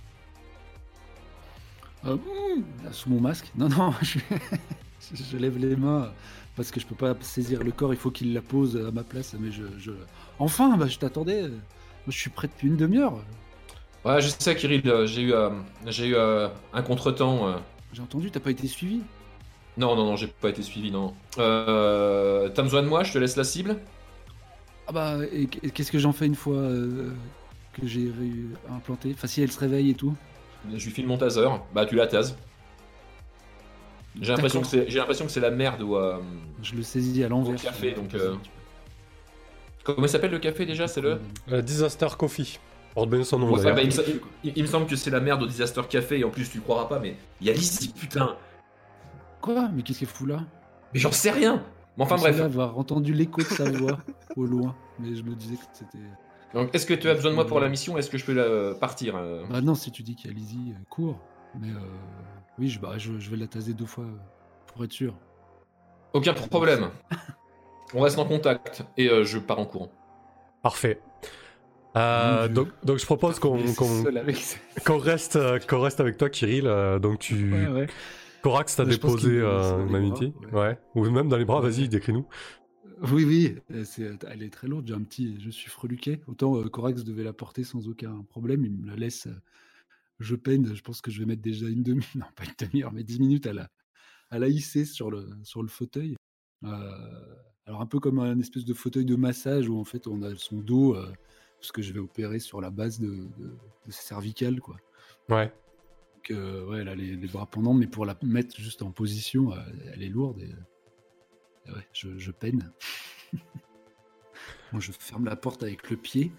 Sous mon masque. Non, je lève les mains parce que je peux pas saisir le corps, il faut qu'il la pose à ma place, mais Enfin, je t'attendais. Moi, je suis prêt depuis une demi-heure. Ouais, je sais, Kirill, j'ai eu un contretemps. J'ai entendu, t'as pas été suivi? Non, j'ai pas été suivi, non. T'as besoin de moi, je te laisse la cible? Et qu'est-ce que j'en fais une fois que j'ai implanté? Enfin, si elle se réveille et tout. Je lui file mon taser, tu la tases. J'ai l'impression que c'est la merde ou... Je le saisis à l'envers. Au café, donc... Comment il s'appelle le café déjà? C'est le Disaster Coffee. Porte bien son nom, ouais, d'ailleurs. Il me semble que c'est la merde au Disaster Café, et en plus tu le croiras pas, mais il y a Lizzie, putain. Quoi? Mais qu'est-ce qu'elle fout là? Mais j'en sais rien. Mais enfin bref. Avoir entendu l'écho de sa voix au loin, mais je me disais que c'était... Donc est-ce que tu as besoin de moi pour la mission? Est-ce que je peux partir? Non, si tu dis qu'il y a Lizzie, cours. Mais oui, je vais la taser 2 fois pour être sûr. Aucun problème. On reste en contact et je pars en courant. Parfait. Donc je propose qu'on reste avec toi, Kirill. Donc tu... Ouais. Corax t'a déposé Mamiti. Ouais. Ou même dans les bras, vas-y, décris-nous. Oui, elle est très lourde, je suis freluqué. Autant Corax devait la porter sans aucun problème, il me la laisse, je peine, je pense que je vais mettre déjà une demi-heure, non pas une demi-heure, mais 10 minutes à la hisser sur le fauteuil. Alors un peu comme un espèce de fauteuil de massage où en fait on a son dos, parce que je vais opérer sur la base de ses cervicales, quoi. Ouais. Donc elle a les bras pendants, mais pour la mettre juste en position, elle est lourde et ouais, je peine. Moi, je ferme la porte avec le pied.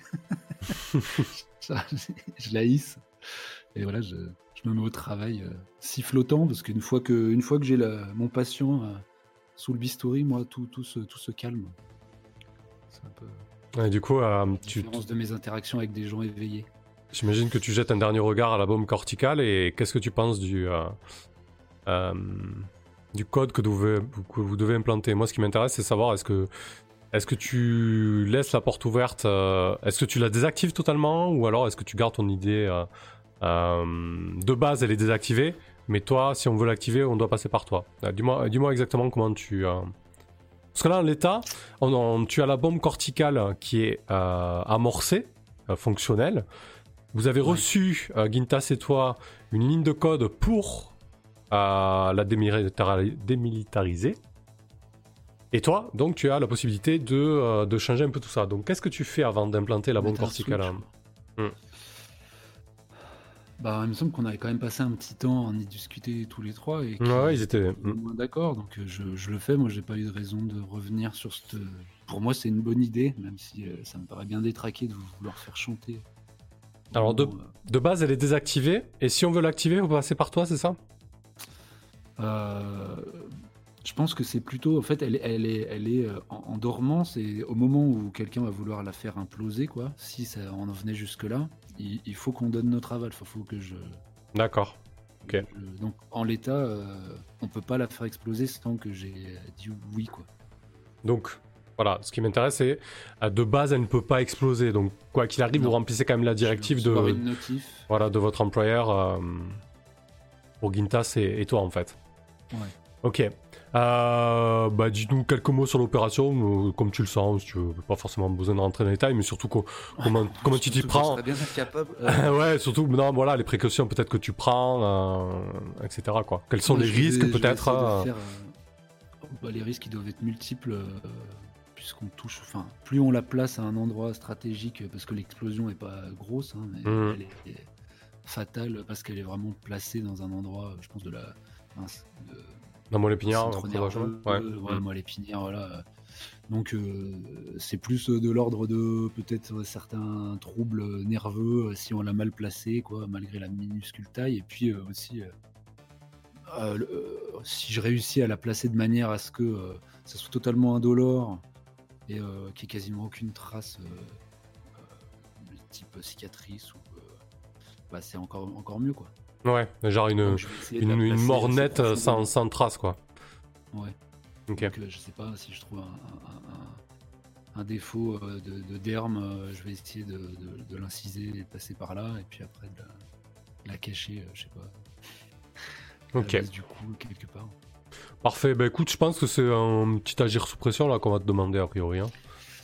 Je la hisse. Et voilà, je me mets au travail sifflotant, parce qu'une fois que j'ai mon patient sous le bistouri, moi, tout se calme. C'est un peu... Ouais, du coup, la différence de mes interactions avec des gens éveillés. J'imagine que tu jettes un dernier regard à la bombe corticale, et qu'est-ce que tu penses du code que vous devez implanter? Moi, ce qui m'intéresse, c'est savoir, est-ce que tu laisses la porte ouverte, est-ce que tu la désactives totalement, ou alors est-ce que tu gardes ton idée de base, elle est désactivée, mais toi, si on veut l'activer, on doit passer par toi. Dis-moi exactement comment tu... Parce que là, en l'état, tu as la bombe corticale qui est amorcée, fonctionnelle. Vous avez reçu, Gintas et toi, une ligne de code pour la démilitariser. Et toi, donc, tu as la possibilité de changer un peu tout ça. Donc, qu'est-ce que tu fais avant d'implanter la bombe corticale? Bah, il me semble qu'on avait quand même passé un petit temps à en y discuter tous les trois et Ouais, ils qu'ils étaient. étaient moins d'accord. Donc je le fais. Moi, j'ai pas eu de raison de revenir sur cette. Pour moi, c'est une bonne idée, même si ça me paraît bien détraqué de vouloir faire chanter. Alors, Vraiment, de base, elle est désactivée. Et si on veut l'activer, faut passer par toi, c'est ça? je pense que c'est plutôt. En fait, elle est en dormance et au moment où quelqu'un va vouloir la faire imploser, quoi, si ça en venait jusque-là, il faut qu'on donne notre aval. Faut que je. D'accord. Ok. Donc en l'état, on peut pas la faire exploser sans que j'ai dit oui, quoi. Donc, voilà, ce qui m'intéresse, c'est de base, elle ne peut pas exploser. Donc, quoi qu'il arrive, Non. vous remplissez quand même la directive Je vais recevoir de, une notif. voilà, de votre employeur pour Gintas et toi, en fait. Ouais. Ok. Bah, dis-nous quelques mots sur l'opération, comme tu le sens. Si tu veux, pas forcément besoin de rentrer dans les détails, mais surtout comment tu t'y prends. Je serais bien capable. Ouais, surtout, non, voilà, les précautions peut-être que tu prends, etc. Quoi. Quels sont les risques peut-être les risques, ils doivent être multiples. Puisqu'on touche, enfin, plus on la place à un endroit stratégique, parce que l'explosion est pas grosse, hein, mais elle est fatale parce qu'elle est vraiment placée dans un endroit, je pense, de la moelle épinière, centre nerveux, moelle épinière, voilà. Donc c'est plus de l'ordre de peut-être certains troubles nerveux si on l'a mal placée, quoi, malgré la minuscule taille, et puis aussi si je réussis à la placer de manière à ce que ça soit totalement indolore et qu'il n'y ait quasiment aucune trace type cicatrice, ou bah, c'est encore mieux, quoi. Ouais, genre une mort nette sans trace, quoi. Ouais. Ok. Donc je sais pas si je trouve un défaut de derme, je vais essayer de l'inciser et de passer par là, et puis après de la cacher, je sais pas. Ok. Du coup, quelque part. Parfait, bah écoute, je pense que c'est un petit agir sous pression là qu'on va te demander a priori. Hein.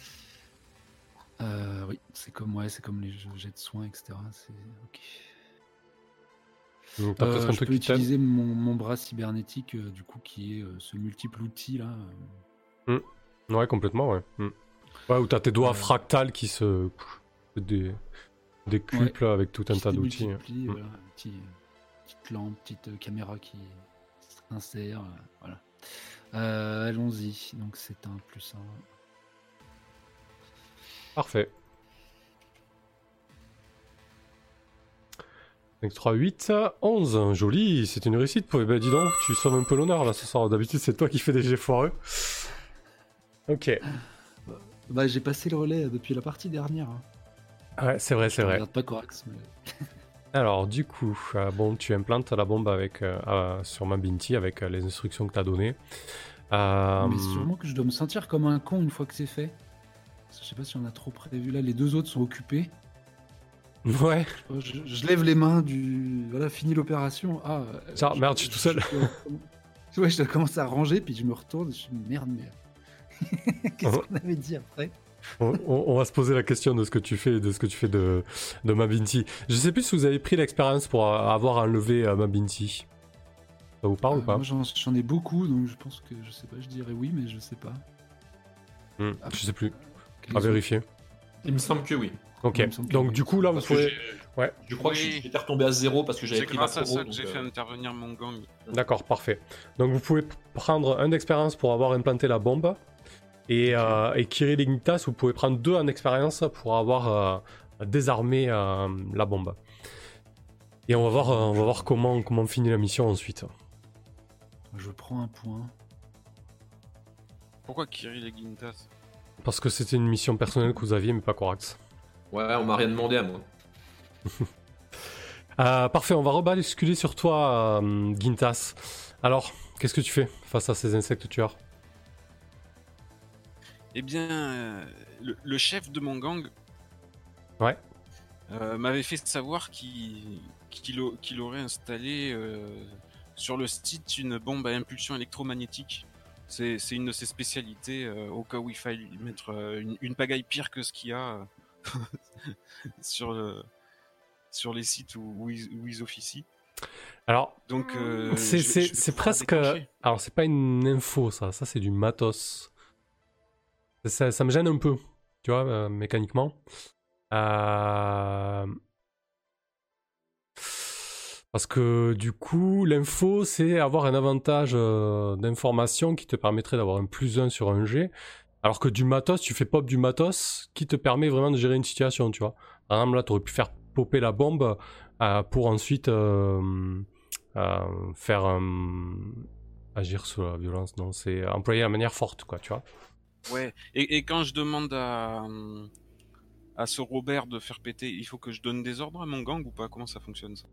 Oui, c'est comme les jets de soins, etc. C'est ok. Donc t'as presque un je truc peux qui t'aide. utiliser mon bras cybernétique, du coup, qui est ce multiple outil là. Ouais, complètement, ouais. Ouais, où t'as tes doigts fractals qui se décuplent avec tout un tas d'outils. Voilà, petite lampe, petite caméra qui s'insère, voilà. Allons-y, donc c'est un +1. Parfait. 5, 3, 8, 11. Joli, c'est une réussite. Bah dis donc, tu sauves un peu l'honneur là ce soir. D'habitude, c'est toi qui fais des jets foireux. Ok. Bah, j'ai passé le relais depuis la partie dernière. Hein. Ouais, c'est vrai. Je regarde pas Corax, mais... Alors, du coup, bon, tu implantes la bombe avec, sur ma Binti avec les instructions que t'as données. Mais sûrement que je dois me sentir comme un con une fois que c'est fait. Je sais pas si on a trop prévu. Là, les deux autres sont occupés. Ouais. Je lève les mains Voilà, fini l'opération. Ah. Genre, merde, je suis tout seul. Ouais, je commence à ranger, puis je me retourne. Je suis merde. Qu'est-ce qu'on avait dit après? On va se poser la question de ce que tu fais, de ma Binti. Je sais plus si vous avez pris l'expérience pour avoir enlevé ma Binti. Ça vous parle ou pas? Moi, j'en ai beaucoup, donc je pense que je sais pas. Je dirais oui, mais je sais pas. Je sais plus. À vérifier. Il me semble que oui. Ok. Donc du coup là, vous pouvez. Ouais. Je crois que j'étais retombé à 0 parce que j'avais pris ma grâce à ça que j'ai fait intervenir mon gang. D'accord, parfait. Donc vous pouvez prendre un d'expérience pour avoir implanté la bombe. Et Kirill et Gintas, vous pouvez prendre 2 en expérience pour avoir désarmé la bombe. Et on va voir comment finit la mission ensuite. Je prends un point. Pourquoi Kirill et Gintas? Parce que c'était une mission personnelle que vous aviez, mais pas Corax. Ouais, on m'a rien demandé à moi. Parfait, on va rebasculer sur toi, Gintas. Alors, qu'est-ce que tu fais face à ces insectes tueurs? Eh bien, le chef de mon gang ouais. M'avait fait savoir qu'il aurait installé sur le site une bombe à impulsion électromagnétique. C'est une de ses spécialités, au cas où il faille mettre une pagaille pire que ce qu'il y a sur les sites où ils officient. Alors, donc c'est presque... Alors, c'est pas une info, ça c'est du matos. Ça me gêne un peu, tu vois, mécaniquement. Parce que du coup, l'info, c'est avoir un avantage d'information qui te permettrait d'avoir un +1 sur un jet. Alors que du matos, tu fais pop du matos qui te permet vraiment de gérer une situation, tu vois. Par exemple, là, tu aurais pu faire popper la bombe pour ensuite faire agir sur la violence. Non, c'est employer la manière forte, quoi, tu vois. Ouais. Et quand je demande à ce Robert de faire péter, il faut que je donne des ordres à mon gang ou pas? Comment ça fonctionne ça?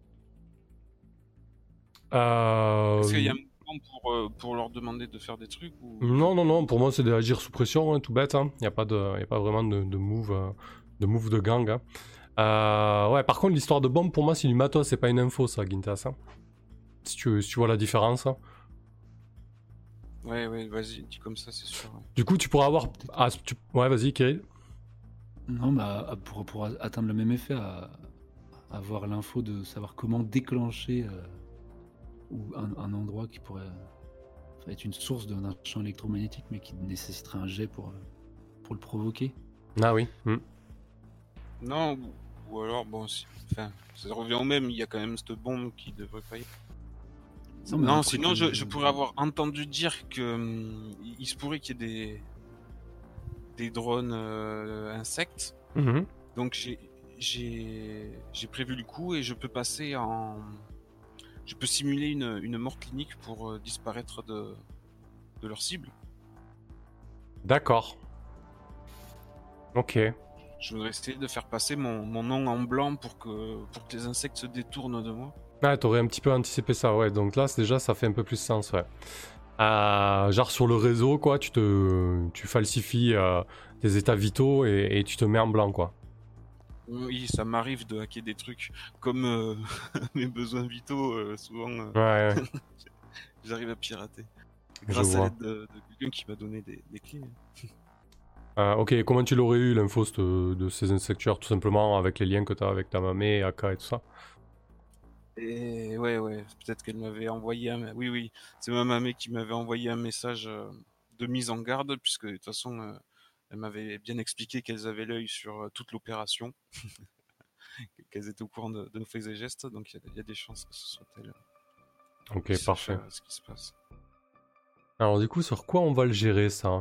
Est-ce qu'il y a un mouvement pour leur demander de faire des trucs ou... Non, pour moi c'est d'agir sous pression, hein, tout bête. Il n'y a pas vraiment de move de gang. Hein. Ouais, par contre, l'histoire de bombe, pour moi, c'est du matos, c'est pas une info, ça, Gintas. Hein. Si tu vois la différence. Hein. Ouais, vas-y, dis comme ça, c'est sûr. Ouais. Du coup, tu pourras avoir. Ouais, vas-y, Kirill. Non, pour atteindre le même effet, avoir l'info de savoir comment déclencher ou un endroit qui pourrait être une source d'un champ électromagnétique, mais qui nécessiterait un jet pour le provoquer. Ah oui. Non, ou alors, bon, enfin, ça revient au même, il y a quand même cette bombe qui devrait pas y... Non, sinon je pourrais avoir entendu dire que il se pourrait qu'il y ait des drones insectes. Donc j'ai prévu le coup et je peux passer je peux simuler une mort clinique pour disparaître de leur cible. D'accord. Ok. Je voudrais essayer de faire passer mon nom en blanc pour que les insectes se détournent de moi. Ah, t'aurais un petit peu anticipé ça, ouais. Donc là, déjà, ça fait un peu plus sens, ouais. Genre sur le réseau, quoi, tu falsifies tes états vitaux et tu te mets en blanc, quoi. Oui, ça m'arrive de hacker des trucs comme mes besoins vitaux, souvent. Ouais. J'arrive à pirater. Grâce à l'aide de quelqu'un qui m'a donné des clés. Ok, comment tu l'aurais eu l'info de ces insectueurs, tout simplement avec les liens que t'as avec ta mamie, AK et tout ça? Et ouais, peut-être qu'elle m'avait envoyé Oui, c'est ma mamie qui m'avait envoyé un message de mise en garde, puisque de toute façon, elle m'avait bien expliqué qu'elles avaient l'œil sur toute l'opération, qu'elles étaient au courant de nos faits et gestes, donc il y a des chances que ce soit elle. Ok, parfait. Ce qui se passe. Alors du coup, sur quoi on va le gérer, ça?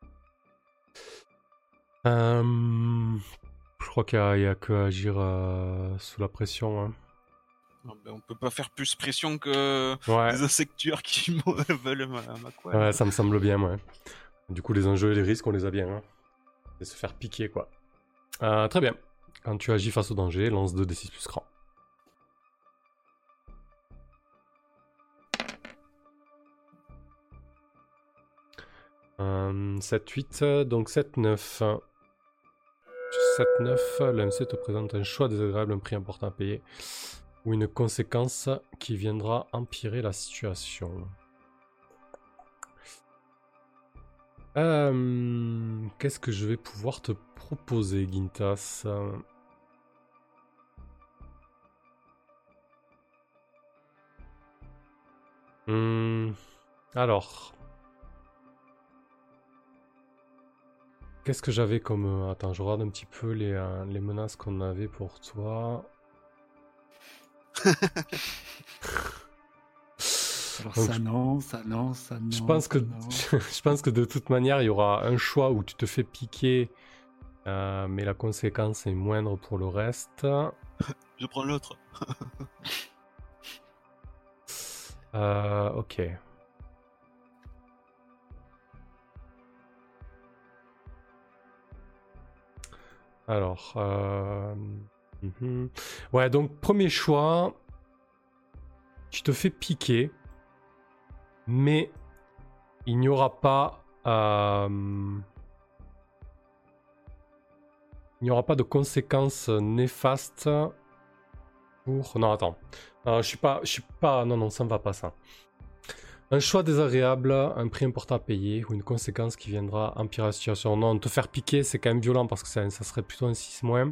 Je crois qu'il y a que agir sous la pression, hein. On peut pas faire plus pression que des insectueurs qui veulent ma quoi. Ouais, ça me semble bien, ouais. Du coup, les enjeux et les risques, on les a bien. Hein. Et se faire piquer, quoi. Très bien. Quand tu agis face au danger, lance 2d6 plus cran. « 7-8, donc 7-9. 7-9, l'AMC te présente un choix désagréable, un prix important à payer. Ou une conséquence qui viendra empirer la situation. » Qu'est-ce que je vais pouvoir te proposer, Gintas? Alors... Qu'est-ce que j'avais comme... Attends, je regarde un petit peu les menaces qu'on avait pour toi. Alors donc, ça non. Je pense que de toute manière, il y aura un choix où tu te fais piquer, mais la conséquence est moindre pour le reste. Je prends l'autre. Ok. Alors... Ouais, donc premier choix, tu te fais piquer, mais il n'y aura pas... Il n'y aura pas de conséquences néfastes pour... Non, attends. Je suis pas... Non, ça ne va pas, ça. Un choix désagréable, un prix important à payer, ou une conséquence qui viendra empirer la situation. Non, te faire piquer, c'est quand même violent, parce que ça serait plutôt un 6-.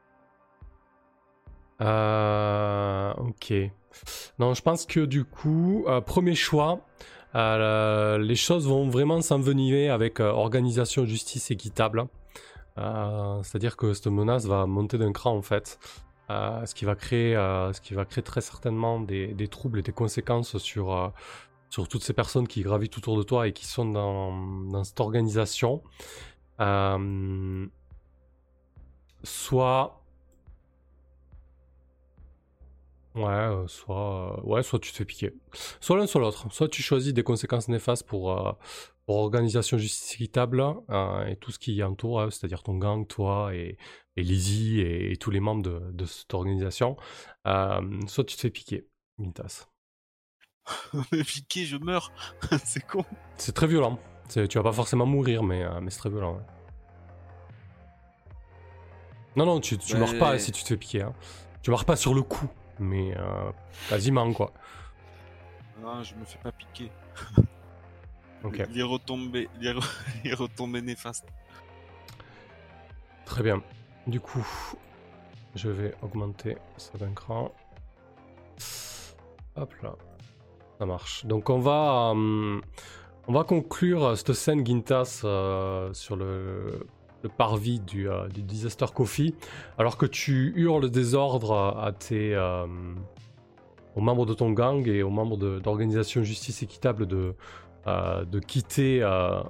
Ok. Non, je pense que du coup, premier choix, les choses vont vraiment s'envenimer avec organisation, justice équitable. C'est-à-dire que cette menace va monter d'un cran, en fait. ce qui va créer très certainement des troubles et des conséquences sur toutes ces personnes qui gravitent autour de toi et qui sont dans cette organisation. Soit tu te fais piquer. Soit l'un, soit l'autre. Soit tu choisis des conséquences néfastes pour Organisation Justice Équitable et tout ce qui y entoure, c'est-à-dire ton gang, toi et Lizzie et tous les membres de cette organisation. Soit tu te fais piquer, Gintas. Me piquer, je meurs. C'est con. C'est très violent. Tu vas pas forcément mourir, mais c'est très violent. Ouais. Non, tu meurs pas si tu te fais piquer. Hein. Tu meurs pas sur le coup, mais quasiment quoi. Non, je me fais pas piquer. Ok. Les retombées néfastes. Très bien. Du coup, je vais augmenter ça d'un cran. Hop là. Ça marche. Donc on va conclure cette scène Gintas sur le parvis du Disaster Coffee, alors que tu hurles des ordres aux membres de ton gang et aux membres d'Organisation Justice Équitable de quitter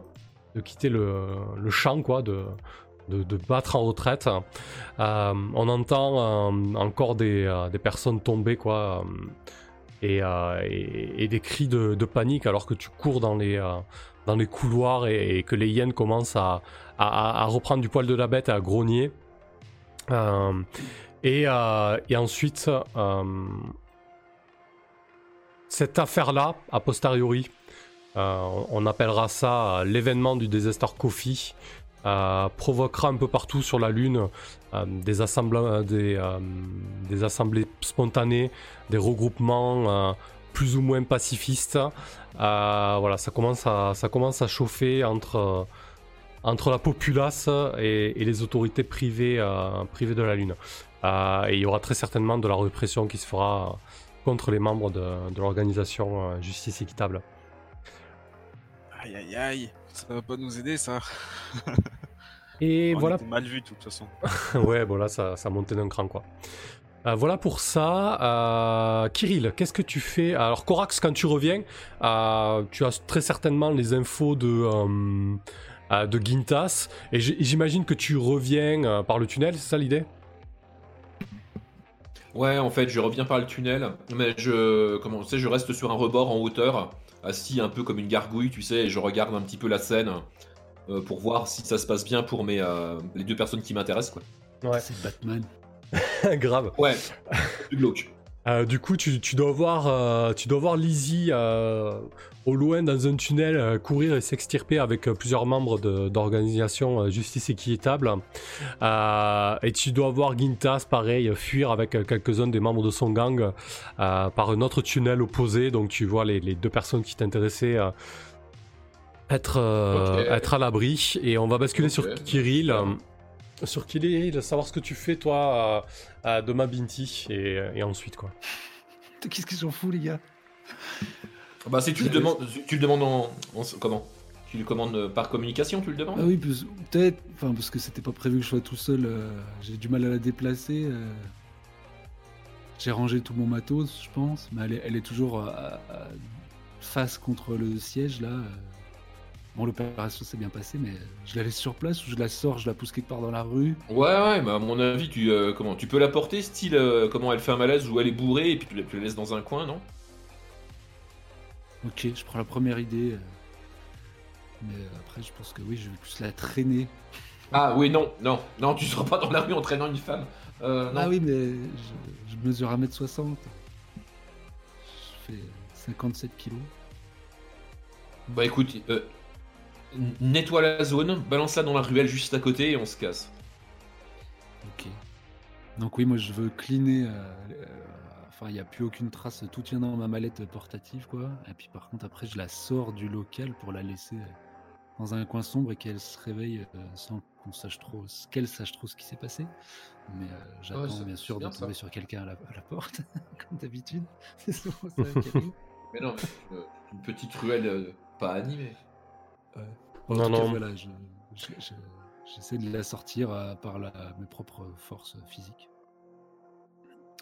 le champ, quoi, de battre en retraite. On entend encore des personnes tomber, quoi, et des cris de panique alors que tu cours dans les couloirs et que les hyènes commencent à reprendre du poil de la bête et à grogner. Et ensuite, cette affaire-là, a posteriori, on appellera ça l'événement du Disaster Coffee, provoquera un peu partout sur la Lune des assemblées spontanées, des regroupements plus ou moins pacifistes. Voilà, ça commence à chauffer entre la populace et les autorités privées de la Lune. Et il y aura très certainement de la répression qui se fera contre les membres de l'organisation Justice Équitable. Aïe aïe aïe, ça va pas nous aider ça. Et voilà. On était mal vu de toute façon. Ouais, bon là ça montait d'un cran quoi. Voilà pour ça. Kirill, qu'est-ce que tu fais? Alors Corax, quand tu reviens, tu as très certainement les infos de Gintas, et j'imagine que tu reviens par le tunnel, c'est ça l'idée? Ouais, en fait, je reviens par le tunnel, mais je reste sur un rebord en hauteur, assis un peu comme une gargouille, tu sais, et je regarde un petit peu la scène pour voir si ça se passe bien pour les deux personnes qui m'intéressent, quoi. Ouais. C'est Batman. Grave. Ouais, du glauque. Du coup, tu dois voir Lizzie au loin dans un tunnel courir et s'extirper avec plusieurs membres d'organisation Justice Équitable. Et tu dois voir Gintas, pareil, fuir avec quelques-uns des membres de son gang par un autre tunnel opposé. Donc tu vois les deux personnes qui t'intéressaient être à l'abri. Et on va basculer sur Kirill. Sur Kirill, savoir ce que tu fais toi demain Binti et ensuite quoi. Qu'est-ce qu'ils s'en foutent les gars? Bah si tu le demandes comment? Tu le commandes par communication, tu le demandes? Ah oui, peut-être, enfin parce que c'était pas prévu que je sois tout seul, j'ai du mal à la déplacer. J'ai rangé tout mon matos, je pense, mais elle est toujours face contre le siège là. Bon, l'opération s'est bien passée, mais je la laisse sur place ou je la sors, je la pousse quelque part dans la rue? Ouais, mais à mon avis, tu peux la porter, style, comment elle fait un malaise ou elle est bourrée et puis tu la laisses dans un coin, non? Ok, je prends la première idée. Mais après, je pense que oui, je vais plus la traîner. Ah oui, non, tu seras pas dans la rue en traînant une femme. Non. Ah oui, mais je mesure 1m60. Je fais 57 kilos. Bah écoute, nettoie la zone, balance-la dans la ruelle juste à côté et on se casse. Ok. Donc oui, moi je veux cleaner. Enfin, il n'y a plus aucune trace, tout tient dans ma mallette portative, quoi. Et puis par contre, après, je la sors du local pour la laisser dans un coin sombre et qu'elle se réveille sans qu'elle sache trop ce qui s'est passé. Mais j'attends bien sûr de tomber sur quelqu'un à la porte, comme d'habitude. C'est souvent ça qui arrive. Mais non, une petite ruelle pas animée. En tout cas, voilà, j'essaie de la sortir par mes propres forces physiques.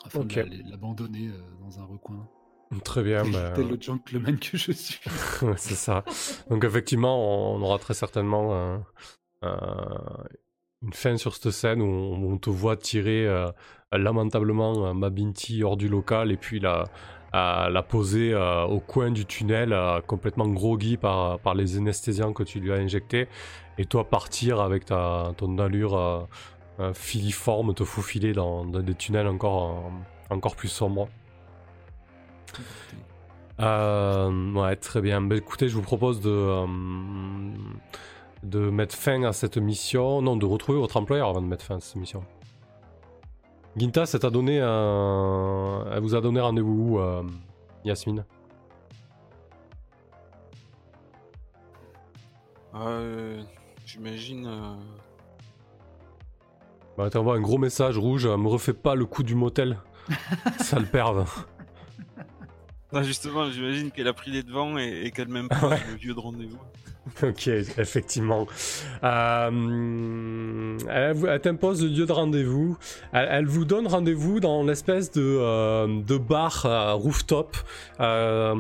afin Ok. de l'abandonner dans un recoin. Très bien. Tel le gentleman que je suis. Ouais, c'est ça. Donc effectivement, on aura très certainement une fin sur cette scène où on te voit tirer lamentablement Mabinti hors du local et puis la poser au coin du tunnel, complètement groggy par les anesthésiants que tu lui as injectés, et toi partir avec ton allure filiforme, te faufiler dans des tunnels encore plus sombres. Ouais, très bien. Bah, écoutez, je vous propose de mettre fin à cette mission. Non, de retrouver votre employeur avant de mettre fin à cette mission. Ginta, elle vous a donné rendez-vous où, Yasmine? J'imagine. Bah, elle t'envoie un gros message rouge. Me refais pas le coup du motel. Ça le perd. Non, justement, j'imagine qu'elle a pris les devants et qu'elle m'aime pas le lieu de rendez-vous. Ok, effectivement. Elle t'impose le lieu de rendez-vous. Elle vous donne rendez-vous dans l'espèce de bar rooftop. Là,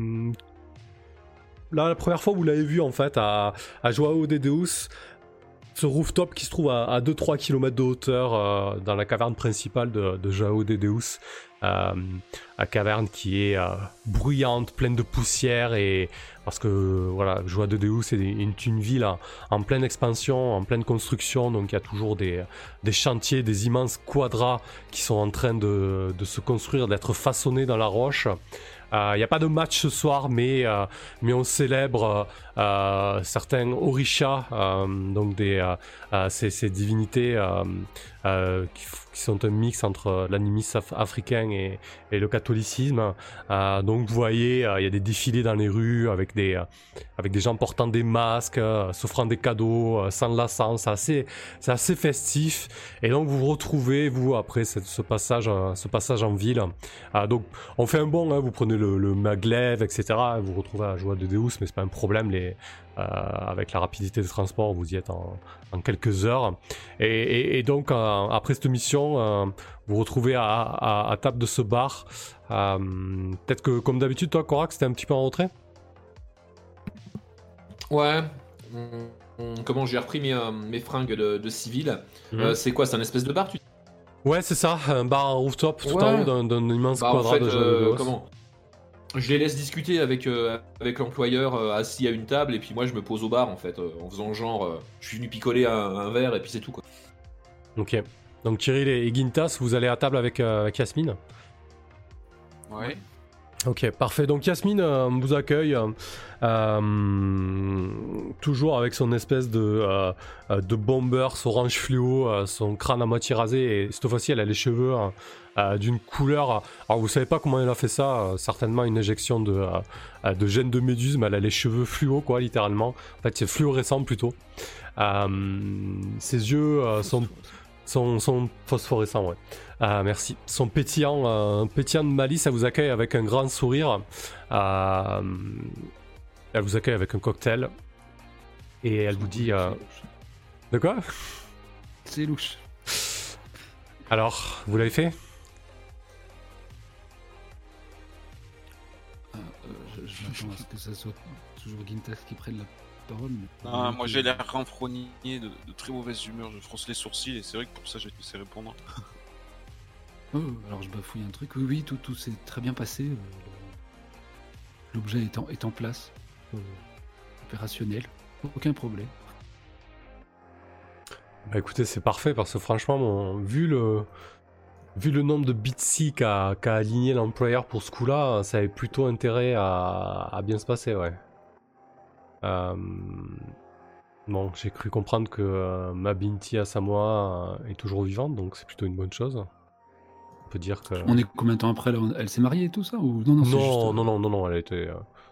la première fois vous l'avez vu en fait à Joao de Deus, ce rooftop qui se trouve à 2-3 km de hauteur dans la caverne principale de Joao de Deus. La caverne qui est bruyante, pleine de poussière, et parce que voilà, Joao de Deus c'est une ville en pleine expansion, en pleine construction, donc il y a toujours des chantiers, des immenses quadras qui sont en train de se construire, d'être façonnés dans la roche. Il n'y a pas de match ce soir, mais on célèbre certains orishas, donc ces divinités qui sont un mix entre l'animisme africain et le catholicisme. Donc vous voyez, il y a des défilés dans les rues avec des gens portant des masques, s'offrant des cadeaux, s'enlaçant. C'est assez festif. Et donc vous vous retrouvez, vous, après ce passage en ville. Donc on fait un bond, hein, vous prenez le maglev, etc. Vous vous retrouvez à Joao de Deus, mais c'est pas un problème. Avec la rapidité de transport, vous y êtes en quelques heures. Et donc, après cette mission, vous vous retrouvez à table de ce bar. Peut-être que, comme d'habitude, toi, Korak, c'était un petit peu en retrait? Ouais. Comment j'ai repris mes fringues de civil. C'est quoi, c'est un espèce de bar, tu dis? Ouais, c'est ça, un bar en rooftop tout en haut d'un immense quadrat en fait, de Joao de Deus. comment je les laisse discuter avec l'employeur assis à une table, et puis moi je me pose au bar en fait, en faisant genre je suis venu picoler un verre et puis c'est tout quoi. Ok. Donc Kirill et Gintas, vous allez à table avec Yasmine. Ouais. Ok, parfait. Donc Yasmine vous accueille, toujours avec son espèce de bomber, orange fluo, son crâne à moitié rasé, et cette fois-ci elle a les cheveux d'une couleur. Alors vous savez pas comment elle a fait ça, certainement une injection de gène de méduse, mais elle a les cheveux fluo quoi, littéralement. En fait c'est fluorescent plutôt. Ses yeux sont phosphorescents, ouais. Merci. Son pétillant de malice, elle vous accueille avec un grand sourire. Elle vous accueille avec un cocktail. Et elle vous dit... De quoi? C'est louche. Alors, vous l'avez fait? Je m'attends à ce que ça soit toujours Gintas qui prenne la parole. Mais... Moi j'ai l'air renfrogné de très mauvaise humeur, je fronce les sourcils et c'est vrai que pour ça j'ai laissé répondre. Alors je bafouille un truc. Oui, tout s'est très bien passé. L'objet est en place, opérationnel, aucun problème. Bah écoutez, c'est parfait parce que franchement, vu le nombre de bitsy qu'a aligné l'employeur pour ce coup-là, ça avait plutôt intérêt à bien se passer, ouais. Bon, j'ai cru comprendre que Mabinti Asamoah est toujours vivante, donc c'est plutôt une bonne chose. On peut dire que... On est combien de temps après là, elle s'est mariée et tout ça ou... Non, non, elle a été...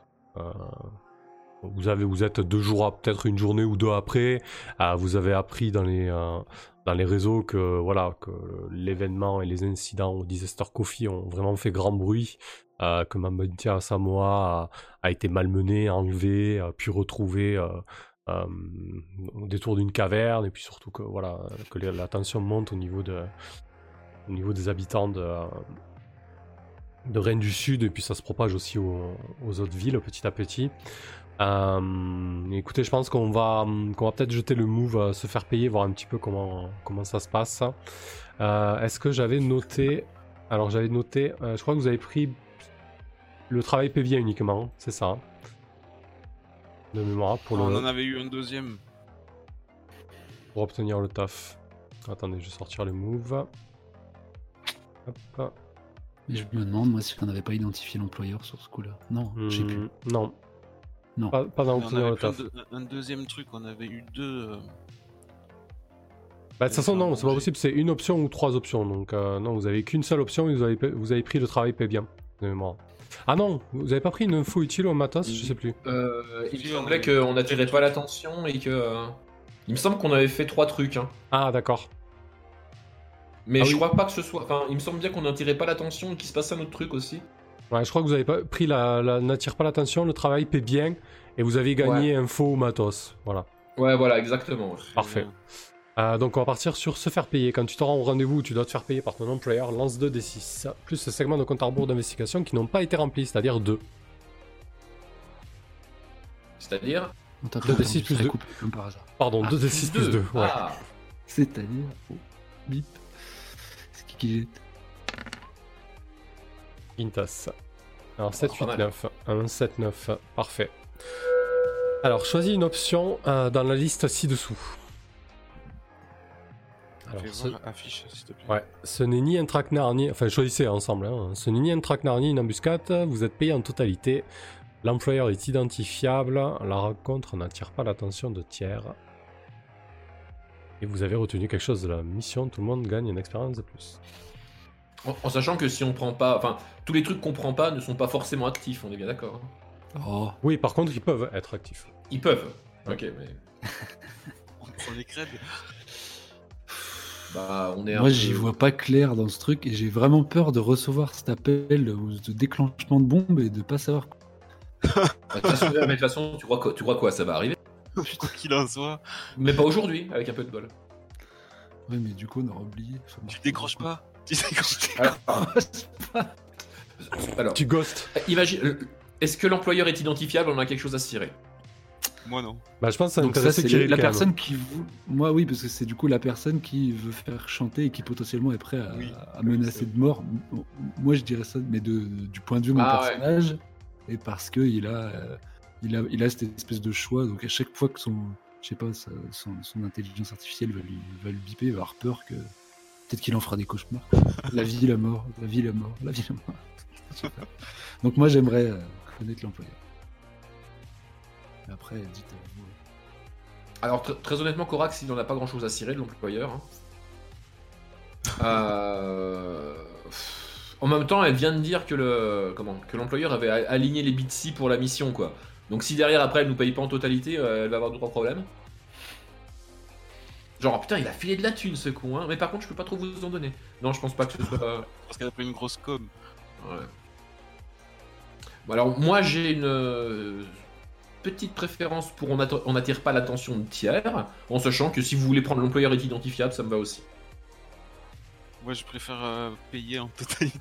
Vous êtes 2 jours, peut-être une journée ou 2 après, vous avez appris dans les réseaux que l'événement et les incidents au Disaster Coffee ont vraiment fait grand bruit, que Mabinti Asamoah a été malmenée, enlevée, puis retrouvée au détour d'une caverne, et puis surtout que la tension monte au niveau au niveau des habitants de Rennes du Sud, et puis ça se propage aussi aux autres villes petit à petit. Écoutez, je pense qu'on va peut-être jeter le move, se faire payer, voir un petit peu comment ça se passe. Est-ce que j'avais noté... Alors j'avais noté, je crois que vous avez pris le travail paie bien uniquement, c'est ça, de mémoire, On en avait eu un deuxième. pour obtenir le taf. Attendez, je vais sortir le move. Hop. Et je me demande, moi, si on n'avait pas identifié l'employeur sur ce coup-là. Non, je sais plus. Non. Non. Pas dans On obtenir avait le plein taf. un deuxième truc, on avait eu deux. Bah, de toute façon, non, c'est pas manger. possible, c'est une option ou 3 options. Donc, non, vous avez qu'une seule option et vous avez pris le travail paie bien. De mémoire. Ah non, vous avez pas pris une info utile au matos, je sais plus. Il me semblait qu'on n'attirait pas l'attention et que. Il me semble qu'on avait fait 3 trucs. Hein. Ah, d'accord. Mais Ah je oui. crois pas que ce soit. Enfin, il me semble bien qu'on n'attirait pas l'attention et qu'il se passe un autre truc aussi. Ouais, je crois que vous avez pas pris n'attire pas l'attention, le travail paie bien et vous avez gagné info au matos. Voilà. Ouais, voilà, exactement. Parfait. Donc on va partir sur se faire payer. Quand tu te rends au rendez-vous où tu dois te faire payer par ton employeur, lance 2d6, plus ce segment de compte à rebours d'investigation qui n'ont pas été remplis, c'est-à-dire 2. C'est-à-dire 2d6 plus 2. Comme par hasard. Pardon, 2d6 plus 2. Ouais. Ah, C'est-à-dire... Oh, bip. C'est qui jette. Quintas. Alors 7, c'est 8, pas mal. 9. 1, 7, 9. Parfait. Alors choisis une option dans la liste ci-dessous. Alors, Affiche, s'il te plaît. Ouais, ce n'est ni un traquenard ni... Enfin, choisissez ensemble. Hein. Ce n'est ni un traquenard ni une embuscade. Vous êtes payé en totalité. L'employeur est identifiable. La rencontre n'attire pas l'attention de tiers. Et vous avez retenu quelque chose de la mission. Tout le monde gagne une expérience de plus. en sachant que si on prend pas. Enfin, tous les trucs qu'on prend pas ne sont pas forcément actifs, on est bien d'accord. Hein. Oh, Oui, par contre, ils peuvent être actifs. Ils peuvent. Ouais. Ok, mais. On prend les crèdes. Bah, on est moi, j'y vois pas clair dans ce truc et j'ai vraiment peur de recevoir cet appel de déclenchement de bombe et de pas savoir. De toute façon, tu crois quoi, ça va arriver. Putain, qu'il en soit. Mais pas aujourd'hui, avec un peu de bol. Ouais, mais du coup, on aura oublié. Enfin, Tu décroches pas. Tu décroches Alors, Tu ghostes. imagine. Est-ce que l'employeur est identifiable? On a quelque chose à cirer. Moi non. Bah, je pense que ça Donc ça, intéresse c'est Kirill la quand même. personne qui vous... Moi, oui, parce que c'est du coup la personne qui veut faire chanter et qui potentiellement est prêt à, Oui. à menacer de mort. Moi, je dirais ça, mais du point de vue de mon Ah, ouais. personnage, et parce que il a cette espèce de choix. Donc à chaque fois que son intelligence artificielle va le biper, il va avoir peur que peut-être qu'il en fera des cauchemars. La vie, la mort, la vie, la mort, la vie, la mort. Super. Donc moi, j'aimerais connaître l'employeur. Après, dites-vous. Alors, très honnêtement, Corax, il n'en a pas grand chose à cirer de l'employeur. Hein. En même temps, elle vient de dire que l'employeur avait aligné les bitsy pour la mission, quoi. Donc, si derrière, après, elle nous paye pas en totalité, elle va avoir 2-3 problèmes. Genre, putain, il a filé de la thune, ce con, hein. Mais par contre, je peux pas trop vous en donner. Non, je pense pas que ce soit. Parce qu'elle a pris une grosse com. Ouais. Bon, alors, moi, j'ai une petite préférence pour on n'attire pas l'attention de tiers, en sachant que si vous voulez prendre l'employeur est identifiable, ça me va aussi. Moi je préfère payer en totalité.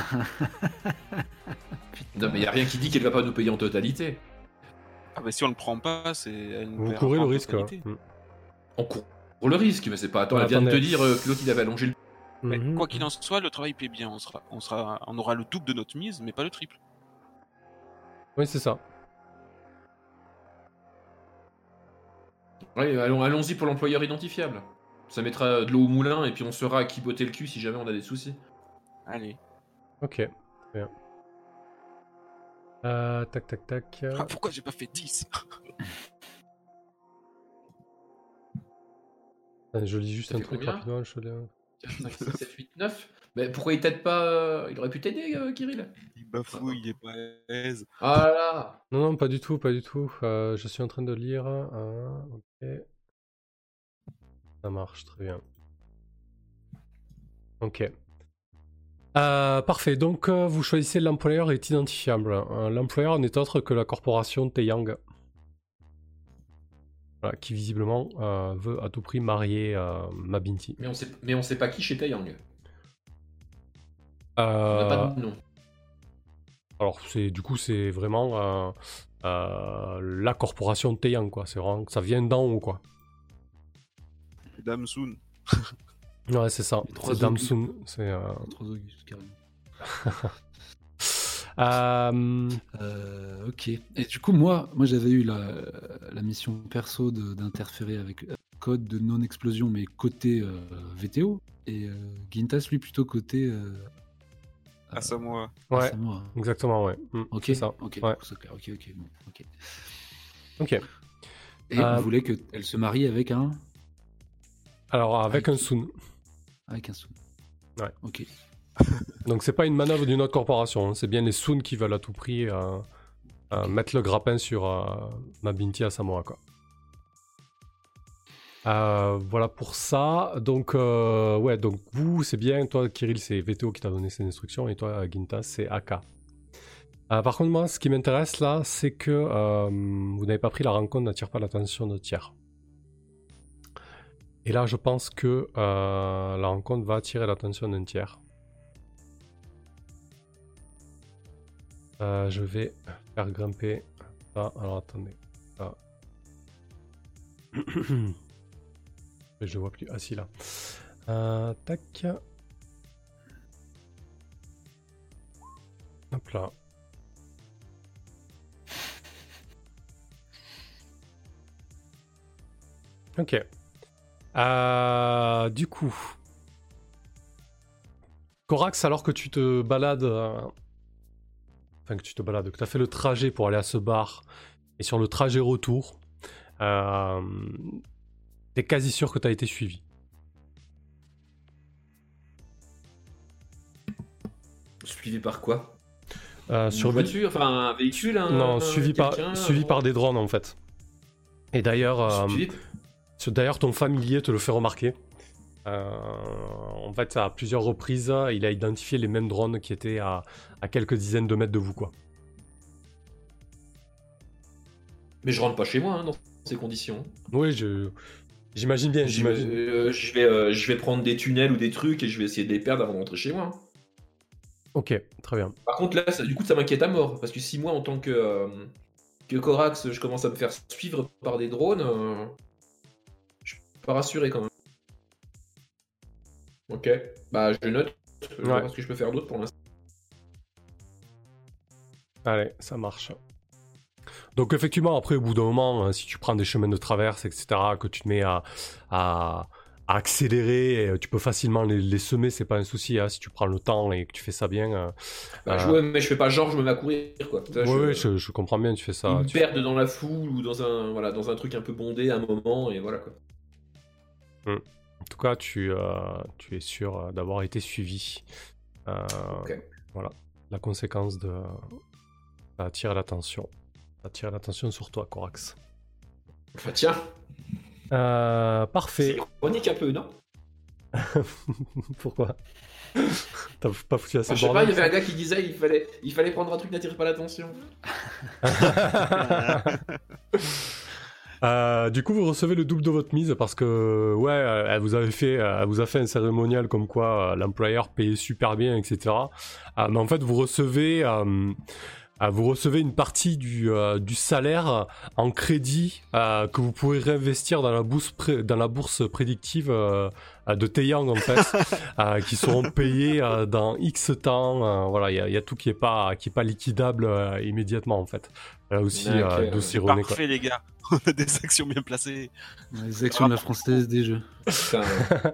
Non, mais il n'y a rien qui dit qu'elle va pas nous payer en totalité. Ah bah si on le prend pas, c'est. Elle nous Vous paiera courez pas le en risque. totalité. Hein. On court le risque, mais c'est pas. Attends, Ouais, elle vient de te attendez. dire que l'autre il avait allongé le. Mais Mhm. quoi qu'il en soit, le travail paie bien. On aura le double de notre mise, mais pas le triple. Oui, c'est ça. Ouais, allons-y pour l'employeur identifiable. Ça mettra de l'eau au moulin et puis on saura à qui botter le cul si jamais on a des soucis. Allez. Ok. Bien. Tac, tac, tac. Ah, pourquoi j'ai pas fait 10? Je lis juste Ça un fait truc combien rapidement. Je... 4, 5, 6, 7, 8, 9. Mais pourquoi il t'aide pas Il aurait pu t'aider, Kirill. Il bafouille, il est pas à l'aise. Ah là. Non, non, pas du tout, pas du tout. Je suis en train de lire. Ok. Ça marche, très bien. Ok. Parfait, donc vous choisissez l'employeur est identifiable. L'employeur n'est autre que la corporation Taeyang. Voilà, qui visiblement veut à tout prix marier Mabinti. Mais on sait pas qui chez Taeyang. On n'a pas de nom. Alors, du coup, c'est vraiment la corporation Taeyang, quoi. C'est vraiment, ça vient d'en haut, quoi. Damsoon. Ouais, c'est ça. Les trois C'est Damsoon. C'est. 3 Auguste, carrément. Ok. Et du coup, moi j'avais eu la mission perso d'interférer avec code de non-explosion, mais côté VTO. Et Gintas, lui, plutôt côté Asamoah. Ouais, Samoa. exactement, ouais. Ok, C'est ça. ok, Ouais. c'est clair. Ok, bon, ok. Ok. Et on voulait qu'elle se marie avec un Alors, avec un Avec- Soon. Soon. Ouais. Ok. Donc, c'est pas une manœuvre d'une autre corporation. Hein. C'est bien les Soon qui veulent à tout prix mettre le grappin sur ma Binti Asamoah, quoi. Voilà pour ça. Donc, ouais, donc vous, c'est bien. Toi, Kirill, c'est VTO qui t'a donné ces instructions. Et toi, Gintas, c'est AK. Par contre, moi, ce qui m'intéresse là, c'est que vous n'avez pas pris la rencontre n'attire pas l'attention de tiers. Et là, je pense que la rencontre va attirer l'attention d'un tiers. Je vais faire grimper ça. Alors, attendez. Ça. Je le vois plus. Ah si, là. Tac. Hop là. Ok. Du coup. Corax, alors que tu te balades... Enfin, que tu te balades, que tu as fait le trajet pour aller à ce bar, et sur le trajet retour, t'es quasi sûr que tu as été suivi. Suivi par quoi? Sur Une voiture, enfin un véhicule, Non, suivi quelqu'un, par des drones en fait. Et d'ailleurs, Suivi- d'ailleurs ton familier te le fait remarquer. En fait, à plusieurs reprises, il a identifié les mêmes drones qui étaient à quelques dizaines de mètres de vous, quoi. Mais je rentre pas chez moi dans ces conditions. Oui, j'imagine bien. Je vais prendre des tunnels ou des trucs et je vais essayer de les perdre avant de rentrer chez moi. Ok, très bien. Par contre là, du coup, ça m'inquiète à mort parce que si moi, en tant que Corax, je commence à me faire suivre par des drones, je suis pas rassuré quand même. Ok, bah je note. Je vois Ouais. pas ce que je peux faire d'autre pour l'instant. Allez, ça marche. Donc effectivement, après, au bout d'un moment, si tu prends des chemins de traverse, etc., que tu te mets à accélérer, tu peux facilement les semer, c'est pas un souci, hein, si tu prends le temps et que tu fais ça bien. Ouais, mais je fais pas genre, je me mets à courir quoi. Ça, Oui, je comprends bien, tu fais ça. Ils me perdent dans la foule ou dans un truc un peu bondé à un moment et voilà quoi. En tout cas, tu es sûr d'avoir été suivi. Ok. Voilà, la conséquence de... Ça attire l'attention. Ça attire l'attention sur toi, Corax. Enfin tiens, c'est Parfait. ironique un peu, non? Pourquoi? T'as pas foutu assez Je de sais pas, il y bordel, avait un gars qui disait il fallait prendre un truc n'attire pas l'attention. Du coup, vous recevez le double de votre mise parce que, ouais, elle vous a fait un cérémonial comme quoi l'employeur payait super bien, etc. Mais en fait, vous recevez une partie du salaire en crédit que vous pourrez réinvestir dans la bourse prédictive de Taeyang, en fait, qui seront payés dans X temps. Voilà, il y a tout qui est pas liquidable immédiatement, en fait. Là aussi, Ok, d'aussi ironie, quoi. Parfait, les gars. On a des actions bien placées. Les actions de la Française des Jeux. Putain,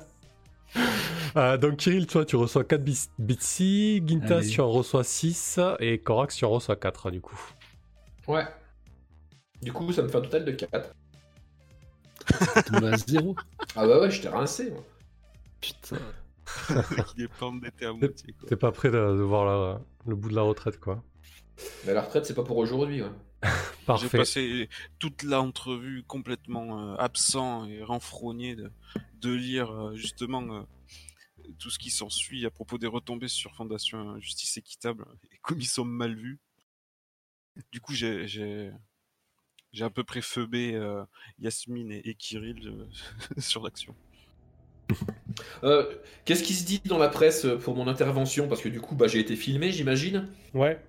Donc Kirill, toi tu reçois 4 Bitsy, Gintas Allez. tu en reçois 6 et Corax tu en reçois 4 du coup. ouais. Du coup, ça me fait un total de 4. Tombé à 0. Ah bah ouais, je t'ai rincé, moi. Putain. Il est pas endetté à moitié, quoi. T'es pas prêt de voir le bout de la retraite, quoi. Mais la retraite, c'est pas pour aujourd'hui, ouais. J'ai Parfait. passé toute l'entrevue complètement absent et renfrogné de lire justement tout ce qui s'ensuit à propos des retombées sur Fondation Justice Équitable et comme ils sont mal vus. Du coup, j'ai à peu près phoebé Yasmine et Kirill sur l'action. Qu'est-ce qui se dit dans la presse pour mon intervention? Parce que du coup, j'ai été filmé, j'imagine. Ouais.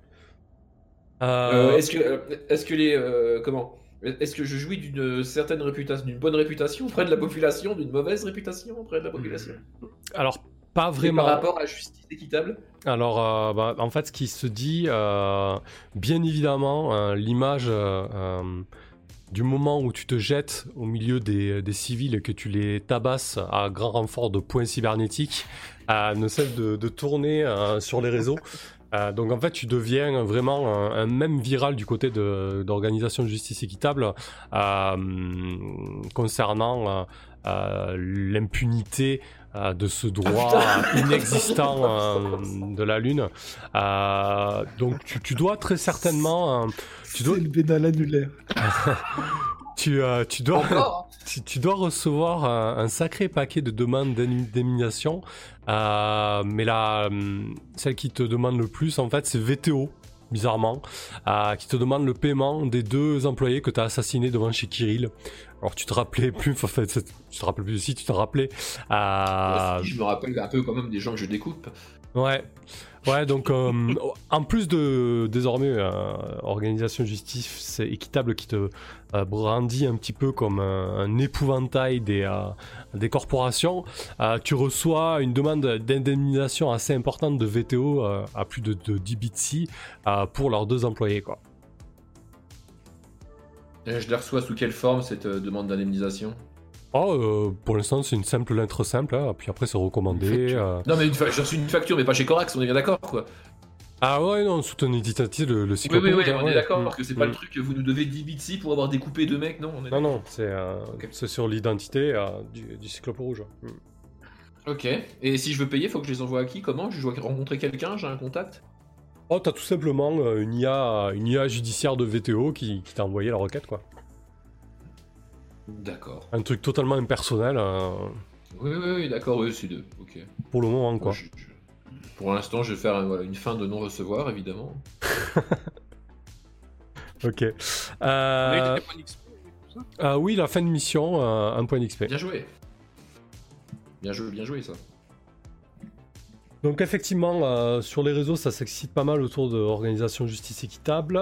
Est-ce que les comment? Est-ce que je jouis d'une certaine réputation, d'une bonne réputation auprès de la population, d'une mauvaise réputation auprès de la population? Alors, pas Et vraiment. par rapport à la justice équitable? Alors, en fait, ce qui se dit, bien évidemment, l'image du moment où tu te jettes au milieu des civils et que tu les tabasses à grand renfort de points cybernétiques ne cesse de tourner sur les réseaux. Donc en fait, tu deviens vraiment un même viral du côté d'organisation de justice équitable concernant l'impunité de ce droit inexistant de la Lune. Donc tu dois très certainement... C'est le bédal annulaire. tu dois... Encore? Tu dois recevoir un sacré paquet de demandes d'indemnisation, mais celle qui te demande le plus, en fait, c'est VTO, bizarrement, qui te demande le paiement des 2 employés que tu as assassinés devant chez Kirill. Alors, tu te rappelais plus, en fait, tu te rappelles plus si tu te rappelais. Je me rappelle un peu quand même des gens que je découpe. Ouais, donc en plus de désormais organisation de justice équitable qui te brandit un petit peu comme un épouvantail des corporations, tu reçois une demande d'indemnisation assez importante de VTO à plus de 10 bitsi pour leurs 2 employés, quoi. Et je les reçois sous quelle forme cette demande d'indemnisation? Pour l'instant, c'est une simple lettre simple, puis après c'est recommandé. Non, mais j'ai reçu une facture, mais pas chez Corax, on est bien d'accord, quoi. Ah ouais, non, sous ton identité, le cycle. Oui, on est d'accord, parce que c'est pas le truc que vous nous devez 10 bitsi pour avoir découpé 2 mecs, non? Non, c'est sur l'identité du Cyclope Rouge. Ok, et si je veux payer, faut que je les envoie à qui? Comment? Je dois rencontrer quelqu'un? J'ai un contact? T'as tout simplement une IA judiciaire de VTO qui t'a envoyé la requête, quoi. D'accord. Un truc totalement impersonnel. Oui, d'accord, oui, c'est deux. Ok. Pour le moment, quoi. Pour l'instant, je vais faire une fin de non-recevoir, évidemment. Ok. On a eu des points d'XP et tout ça. Oui, la fin de mission, un point d'XP. Bien joué. Bien joué, ça. Donc effectivement, sur les réseaux, ça s'excite pas mal autour de l'organisation justice équitable.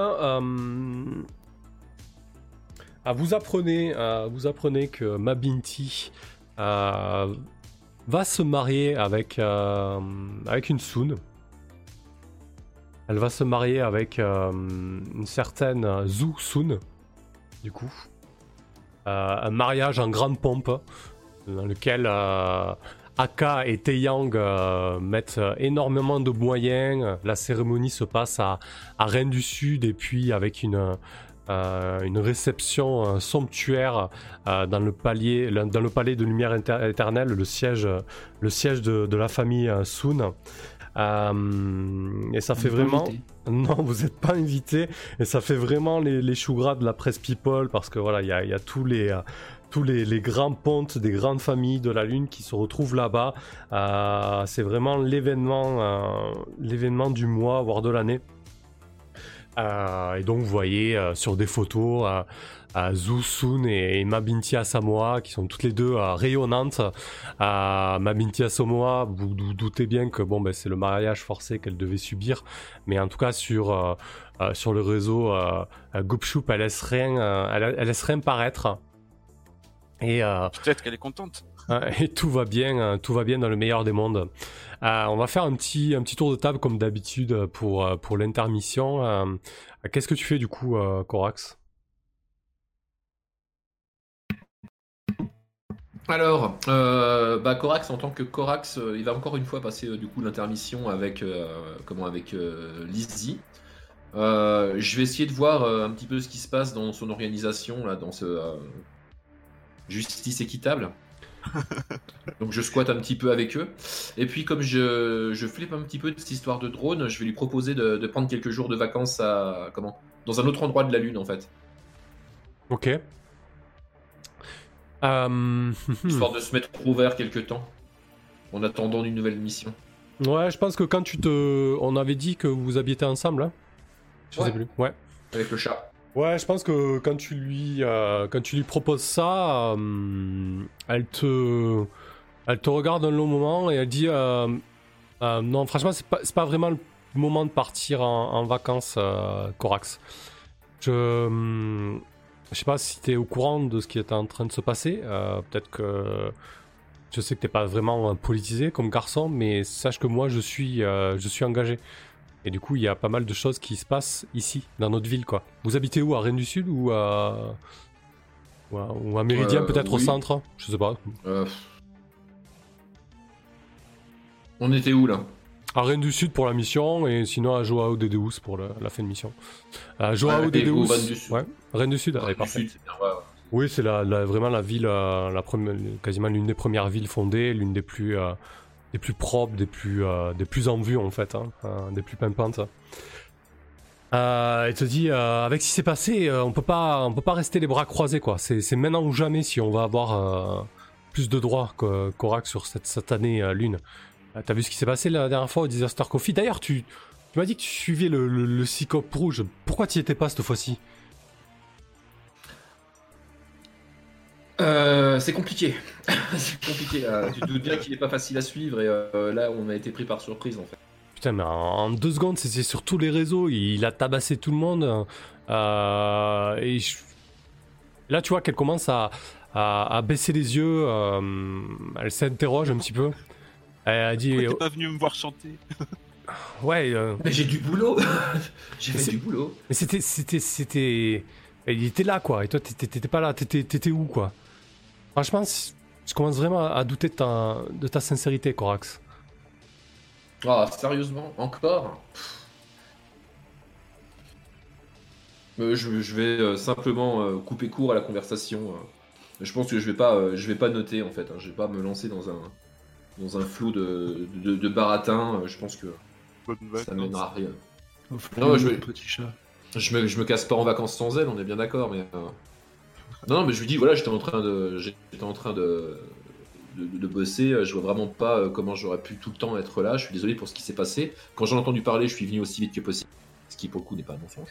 Vous apprenez que Mabinti va se marier avec une Soon. Elle va se marier avec une certaine Zhu Soon, du coup. Un mariage en grande pompe, dans lequel Aka et Taeyang mettent énormément de moyens. La cérémonie se passe à Rennes du Sud, et puis avec une réception somptuaire dans le palais de Lumière Éternelle, le siège de la famille Soon. Et ça fait vraiment... Non, vous n'êtes pas invité. Et ça fait vraiment les choux gras de la presse people, parce que voilà, il y a tous les grands pontes des grandes familles de la Lune qui se retrouvent là-bas. C'est vraiment l'événement du mois, voire de l'année. Et donc vous voyez sur des photos Zhu Sun et Mabinti Asamoah qui sont toutes les deux rayonnantes. Mabinti Asamoah, vous doutez bien que c'est le mariage forcé qu'elle devait subir, mais en tout cas sur le réseau Gupshoop, elle laisse rien paraître. Et peut-être qu'elle est contente. Et tout va bien dans le meilleur des mondes. On va faire un petit tour de table comme d'habitude pour l'intermission. Qu'est-ce que tu fais du coup, Corax? Alors, Corax, en tant que Corax, il va encore une fois passer du coup l'intermission avec Lizzie. Je vais essayer de voir un petit peu ce qui se passe dans son organisation, là, dans ce justice équitable. Donc je squatte un petit peu avec eux. Et puis comme je flippe un petit peu de cette histoire de drone, je vais lui proposer de prendre quelques jours de vacances dans un autre endroit de la Lune en fait. Ok. Histoire de se mettre ouvert quelques temps en attendant une nouvelle mission. Ouais, je pense que quand on avait dit que vous habitiez ensemble, hein? Je sais plus. Ouais. Avec le chat. Ouais, je pense que quand tu lui proposes ça, elle te Elle te regarde un long moment et elle dit non, franchement, c'est pas vraiment le moment de partir en vacances, Corax. Je sais pas si t'es au courant de ce qui est en train de se passer. Peut-être que je sais que t'es pas vraiment politisé comme garçon, mais sache que moi je suis engagé. Et du coup, il y a pas mal de choses qui se passent ici, dans notre ville, quoi. Vous habitez où, à Rennes du Sud ou à Méridien, peut-être au centre? Je sais pas. On était où là? À Rennes du Sud pour la mission, et sinon à Joao de Deus pour la fin de mission. Joao de Deus, ouais, Rennes du Sud, allez, parfait. Sud, c'est bien, ouais. Oui, c'est vraiment la ville, quasiment l'une des premières villes fondées, l'une des plus propres, des plus en vue en fait, des plus pimpantes. Il te dit, avec ce qui s'est passé, on peut pas rester les bras croisés, quoi. C'est maintenant ou jamais si on va avoir plus de droits que Corax sur cette année lune. T'as vu ce qui s'est passé la dernière fois au Disaster Coffee? D'ailleurs, tu m'as dit que tu suivais le Cyclope rouge. Pourquoi tu y étais pas cette fois-ci? C'est compliqué. C'est compliqué. Tu te doutes bien qu'il est pas facile à suivre et là on a été pris par surprise en fait. Putain, mais en 2 secondes, c'est sur tous les réseaux. Il a tabassé tout le monde. Là, tu vois qu'elle commence à baisser les yeux. Elle s'interroge un petit peu. Elle dit. Pourquoi t'es pas venu me voir chanter? Ouais. Mais j'ai du boulot. J'ai fait du boulot. Mais c'était. Il était là, quoi. Et toi, t'étais pas là. T'étais où, quoi? Franchement, je commence vraiment à douter de ta sincérité, Corax. Ah, sérieusement, encore? Je vais simplement couper court à la conversation. Je pense que je vais pas noter en fait. Je vais pas me lancer dans un flot de baratin. Je pense que ça mènera à rien. Non, petit chat. Je me casse pas en vacances sans elle, on est bien d'accord, mais non, mais je lui dis voilà, j'étais en train de bosser, je vois vraiment pas comment j'aurais pu tout le temps être là. Je suis désolé pour ce qui s'est passé. Quand j'en ai entendu parler, je suis venu aussi vite que possible, ce qui pour le coup n'est pas un mensonge.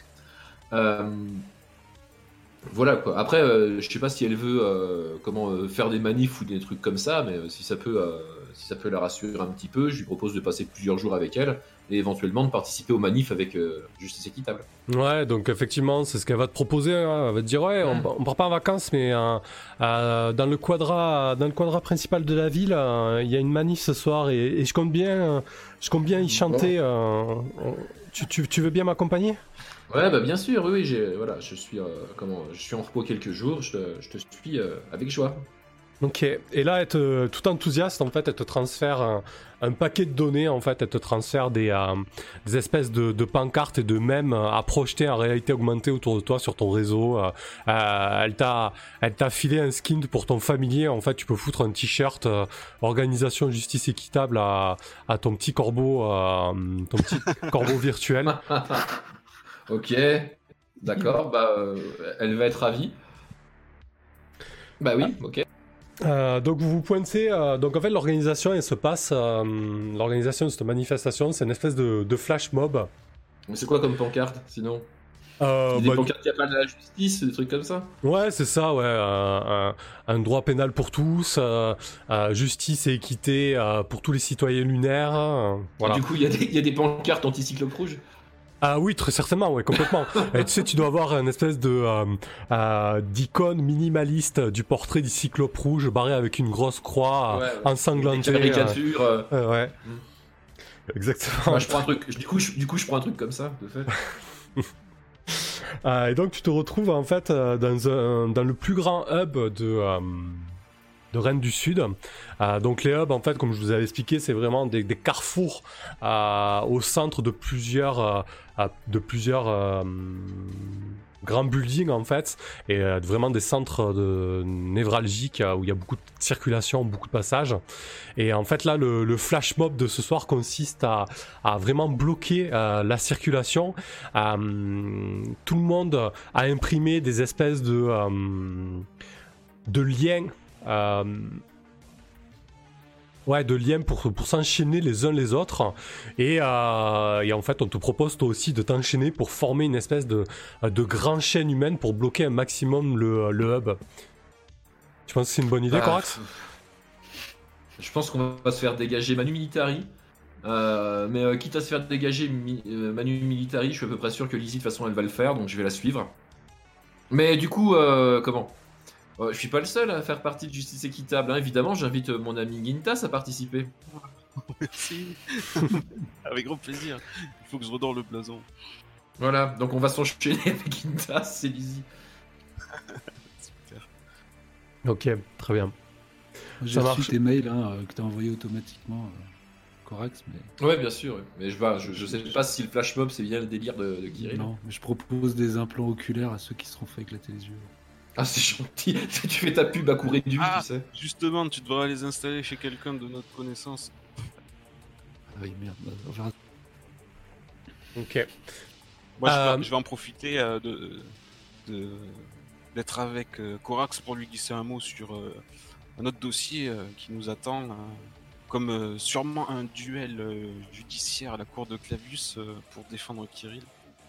Voilà quoi. Après, je sais pas si elle veut faire des manifs ou des trucs comme ça, mais si ça peut la rassurer un petit peu, je lui propose de passer plusieurs jours avec elle et éventuellement de participer aux manifs avec Justice Équitable. Ouais, donc effectivement, c'est ce qu'elle va te proposer. Hein. Elle va te dire ouais, on part pas en vacances, mais dans le quadra principal de la ville, il y a une manif ce soir et je compte bien y chanter. Tu veux bien m'accompagner? Ouais, bah bien sûr, oui, je suis en repos quelques jours, je te suis avec joie. Ok, et là, tout enthousiaste, en fait, elle te transfère un paquet de données, en fait, elle te transfère des espèces de pancartes et de mèmes à projeter en réalité augmentée autour de toi sur ton réseau. Elle t'a filé un skin pour ton familier, en fait, tu peux foutre un t-shirt Organisation Justice Équitable à ton petit corbeau virtuel. Ok, d'accord, elle va être ravie. Bah oui, ok. Donc vous vous pointez, donc en fait l'organisation elle se passe, l'organisation de cette manifestation c'est une espèce de flash mob. Mais c'est quoi comme pancarte sinon? Des pancartes qui appellent à la justice, des trucs comme ça? Ouais, c'est ça, ouais. Un droit pénal pour tous, justice et équité pour tous les citoyens lunaires. Voilà. Et du coup il y a des pancartes anti-cyclope rouge? Ah oui, très certainement, ouais, complètement. Et tu sais, tu dois avoir une espèce d'icône minimaliste du portrait du cyclope rouge barré avec une grosse croix ensanglantée. Des caricatures. Ouais. Exactement. Bah, je prends un truc. Du coup, je prends un truc comme ça, de fait. Et donc tu te retrouves en fait dans le plus grand hub de Rennes du Sud. Donc les hubs, en fait, comme je vous avais expliqué, c'est vraiment des carrefours au centre de plusieurs grands buildings, en fait, et vraiment des centres névralgiques où il y a beaucoup de circulation, beaucoup de passages. Et en fait, là, le flash mob de ce soir consiste à vraiment bloquer la circulation. Tout le monde a imprimé des espèces de liens. De liens pour s'enchaîner les uns les autres et en fait on te propose toi aussi de t'enchaîner pour former une espèce de grande chaîne humaine pour bloquer un maximum le hub. Tu penses que c'est une bonne idée, Corax? Je pense qu'on va se faire dégager Manu Militari. Mais quitte à se faire dégager Manu Militari, je suis à peu près sûr que Lizzie de toute façon elle va le faire, donc je vais la suivre. Mais du coup, comment je suis pas le seul à faire partie de Justice Équitable, hein. Évidemment, j'invite mon ami Gintas à participer. Merci. Avec grand plaisir. Il faut que je redore le blason. Voilà, donc on va s'enchaîner avec Gintas et Lizzie. Super. Ok, très bien. J'ai Ça reçu marche. tes mails que tu as envoyés automatiquement, Corax, mais Ouais, bien sûr, ouais. Mais je sais pas si le flash mob c'est bien le délire de Kirill. non. Mais je propose des implants oculaires à ceux qui seront fait éclater les yeux. Ah, c'est gentil. Tu fais ta pub à coup réduit, Ah, tu sais. justement, tu devras les installer chez quelqu'un de notre connaissance. Ah oui, merde, on verra. Ok. Moi, je vais en profiter d'être avec Corax pour lui glisser un mot sur un autre dossier qui nous attend, comme sûrement un duel judiciaire à la cour de Clavius pour défendre Kirill.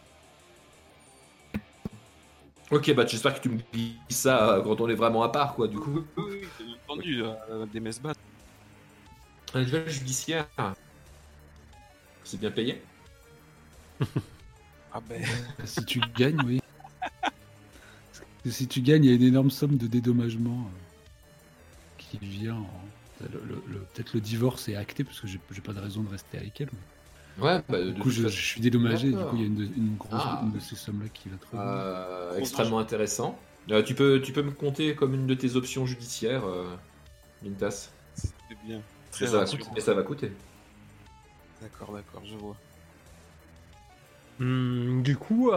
Ok, bah j'espère que tu me dis ça quand on est vraiment à part, quoi, du coup. Oui, bien entendu, des messes basses. Un duel judiciaire. C'est bien payé. Ah ben, Si tu gagnes, oui. Parce que si tu gagnes, il y a une énorme somme de dédommagement qui vient. Peut-être le divorce est acté parce que j'ai pas de raison de rester avec elle. Ouais, bah Du coup, je suis dédommagé. Du D'accord. coup, il y a une grosse Ah. une de ces sommes-là qui va te revenir. Extrêmement intéressant. Tu peux me compter comme une de tes options judiciaires, Mintas. c'est bien. Et Très ça va rassurant. coûter. Et ça va coûter. D'accord, je vois. Du coup,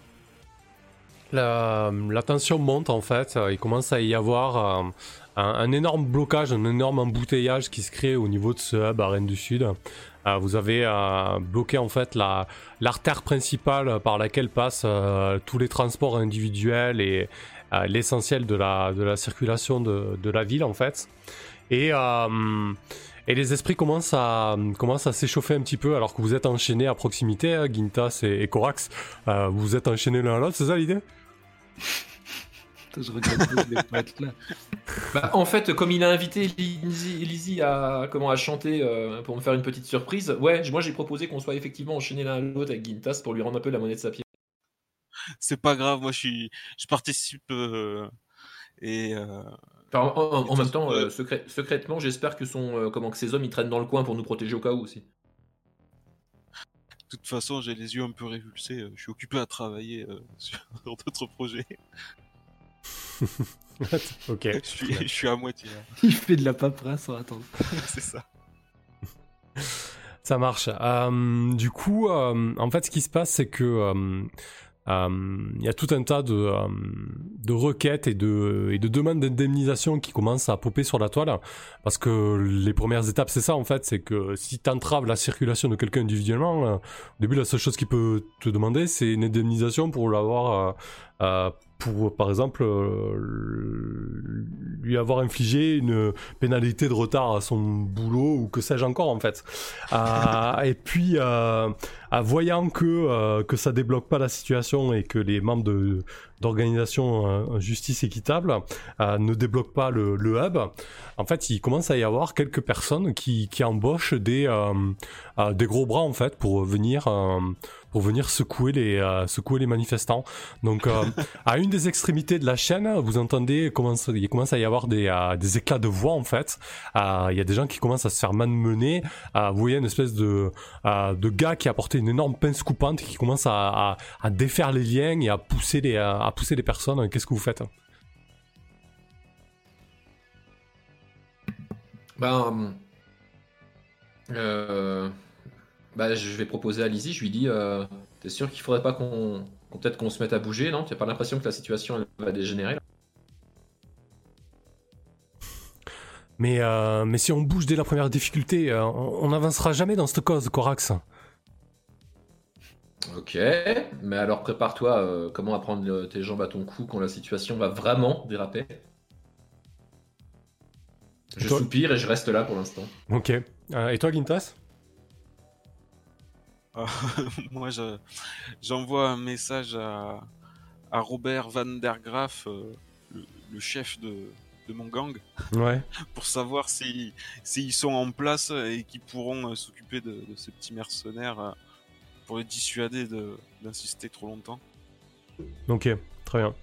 la tension monte en fait. Il commence à y avoir un énorme blocage, un énorme embouteillage qui se crée au niveau de ce hub à Rennes du Sud. Vous avez bloqué en fait l'artère principale par laquelle passent tous les transports individuels et l'essentiel de la circulation de la ville en fait. Et les esprits commencent à s'échauffer un petit peu alors que vous êtes enchaînés à proximité, hein, Gintas et Corax. Vous êtes enchaînés l'un à l'autre, c'est ça l'idée ? Putain, je regrette pas de ne pas être là. Bah, en fait, comme il a invité Lizzie à chanter pour me faire une petite surprise, ouais, moi j'ai proposé qu'on soit effectivement enchaînés l'un à l'autre avec Gintas pour lui rendre un peu la monnaie de sa pièce. C'est pas grave, moi je participe et Enfin, en même toute temps, façon, secrètement, j'espère que que ces hommes ils traînent dans le coin pour nous protéger au cas où aussi. de toute façon, j'ai les yeux un peu révulsés. Je suis occupé à travailler sur d'autres projets. Ok. Je suis à moitié là. Il fait de la paperasse en attendant. C'est ça. Ça marche. Du coup, en fait, ce qui se passe, c'est que il y a tout un tas de requêtes et de demandes d'indemnisation qui commencent à popper sur la toile, parce que les premières étapes, c'est ça en fait, c'est que si tu entraves la circulation de quelqu'un individuellement, au début, la seule chose qu'il peut te demander, c'est une indemnisation pour l'avoir, pour par exemple lui avoir infligé une pénalité de retard à son boulot ou que sais-je encore en fait. Et puis voyant que ça débloque pas la situation et que les membres d'organisation Justice Équitable ne débloquent pas le hub, en fait il commence à y avoir quelques personnes qui embauchent des gros bras en fait pour venir secouer les manifestants. Donc à une des extrémités de la chaîne, vous entendez il commence à y avoir des éclats de voix en fait. Il y a des gens qui commencent à se faire malmener. Vous voyez une espèce de gars qui a porté une énorme pince coupante qui commence à défaire les liens et à pousser les personnes. Qu'est-ce que vous faites ? Je vais proposer à Lizzie, je lui dis t'es sûr qu'il faudrait pas peut-être qu'on se mette à bouger, non ? Tu n'as pas l'impression que la situation elle va dégénérer là ? Mais si on bouge dès la première difficulté, on n'avancera jamais dans cette cause, Corax. Ok, mais alors prépare-toi comment à prendre tes jambes à ton cou quand la situation va vraiment déraper. Je soupire et je reste là pour l'instant. Ok. Et toi, Gintas ? Moi, j'envoie un message à Robert Van der Graaf, le chef de mon gang Ouais. pour savoir s'ils sont en place et qui pourront s'occuper de ces petits mercenaires pour les dissuader d'insister trop longtemps. Ok, très bien.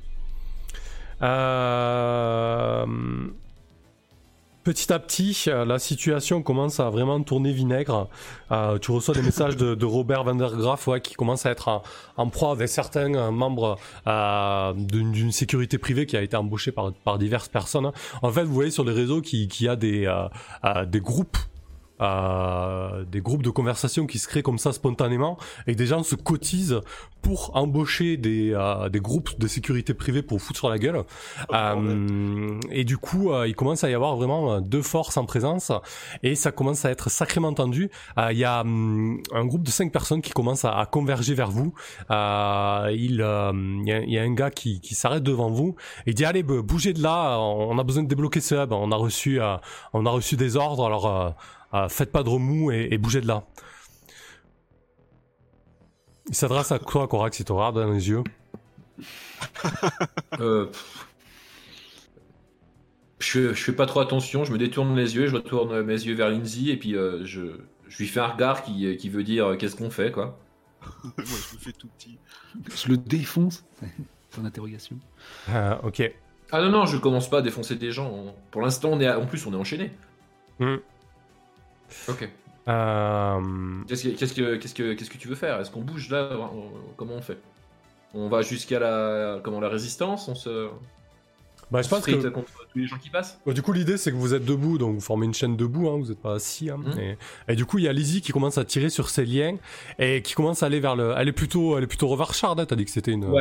Petit à petit, la situation commence à vraiment tourner vinaigre. Tu reçois des messages de Robert van der Graaf qui commence à être en proie avec certains membres d'une sécurité privée qui a été embauchée par diverses personnes. En fait, vous voyez sur les réseaux qu'il y a des groupes. Des groupes de conversation qui se créent comme ça spontanément et des gens se cotisent pour embaucher des groupes de sécurité privée pour foutre sur la gueule. Et du coup, il commence à y avoir vraiment deux forces en présence et ça commence à être sacrément tendu. Il y a un groupe de 5 personnes qui commence à converger vers vous. Il y a un gars qui s'arrête devant vous et dit allez, bougez de là, on a besoin de débloquer ce hub, on a reçu des ordres, alors faites pas de remous et bougez de là. Il s'adresse à toi, Corax, il te regarde dans les yeux. Je fais pas trop attention, je me détourne les yeux, je retourne mes yeux vers Lindsay et puis je lui fais un regard qui veut dire qu'est-ce qu'on fait quoi. Moi je me fais tout petit. Je le défonce. Point d'interrogation. Ok. Ah non, je commence pas à défoncer des gens. Pour l'instant, on est enchaîné. Ok. Qu'est-ce que tu veux faire? Est-ce qu'on bouge là? Comment on fait? On va jusqu'à la résistance? On se... Bah, je pense que contre tous les gens qui passent. Du coup, l'idée c'est que vous êtes debout, donc vous formez une chaîne debout, vous n'êtes pas assis. Et du coup, il y a Lizzie qui commence à tirer sur ses liens et qui commence à aller vers le. Elle est plutôt revancharde. T'as dit que c'était une. Ouais.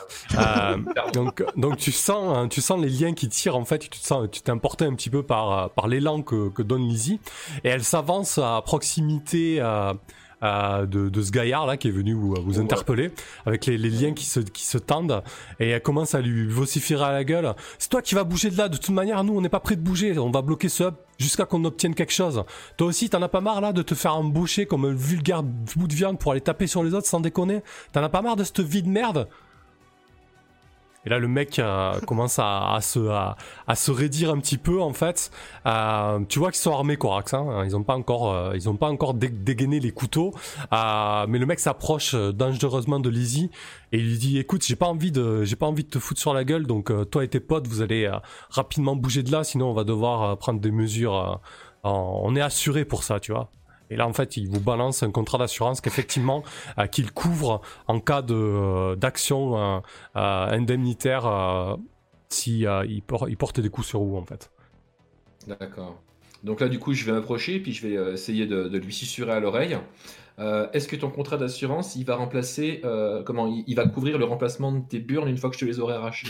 Donc tu sens les liens qui tirent en fait. Tu t'es emporté un petit peu par l'élan que donne Lizzie et elle s'avance à proximité. De ce gaillard là qui est venu vous interpeller avec les liens qui se tendent et elle commence à lui vociférer à la gueule. C'est toi qui vas bouger de là, de toute manière nous on n'est pas prêt de bouger, on va bloquer ce hub jusqu'à qu'on obtienne quelque chose. Toi aussi t'en as pas marre là de te faire embaucher comme un vulgaire bout de viande pour aller taper sur les autres sans déconner? T'en as pas marre de cette vie de merde? Et là, le mec commence à se raidir un petit peu, en fait. Tu vois qu'ils sont armés, Corax. Ils ont pas encore dégainé les couteaux. Mais le mec s'approche dangereusement de Lizzie et il lui dit "Écoute, j'ai pas envie de te foutre sur la gueule. Donc toi et tes potes, vous allez rapidement bouger de là, sinon on va devoir prendre des mesures. On est assuré pour ça, tu vois." Et là, en fait, il vous balance un contrat d'assurance qu'effectivement, qu'il couvre en cas d'action indemnitaire si il porte des coups sur vous, en fait. D'accord. Donc là, du coup, je vais m'approcher puis je vais essayer de lui susurrer à l'oreille. Est-ce que ton contrat d'assurance, il va remplacer... il va couvrir le remplacement de tes burnes une fois que je te les aurai arrachées?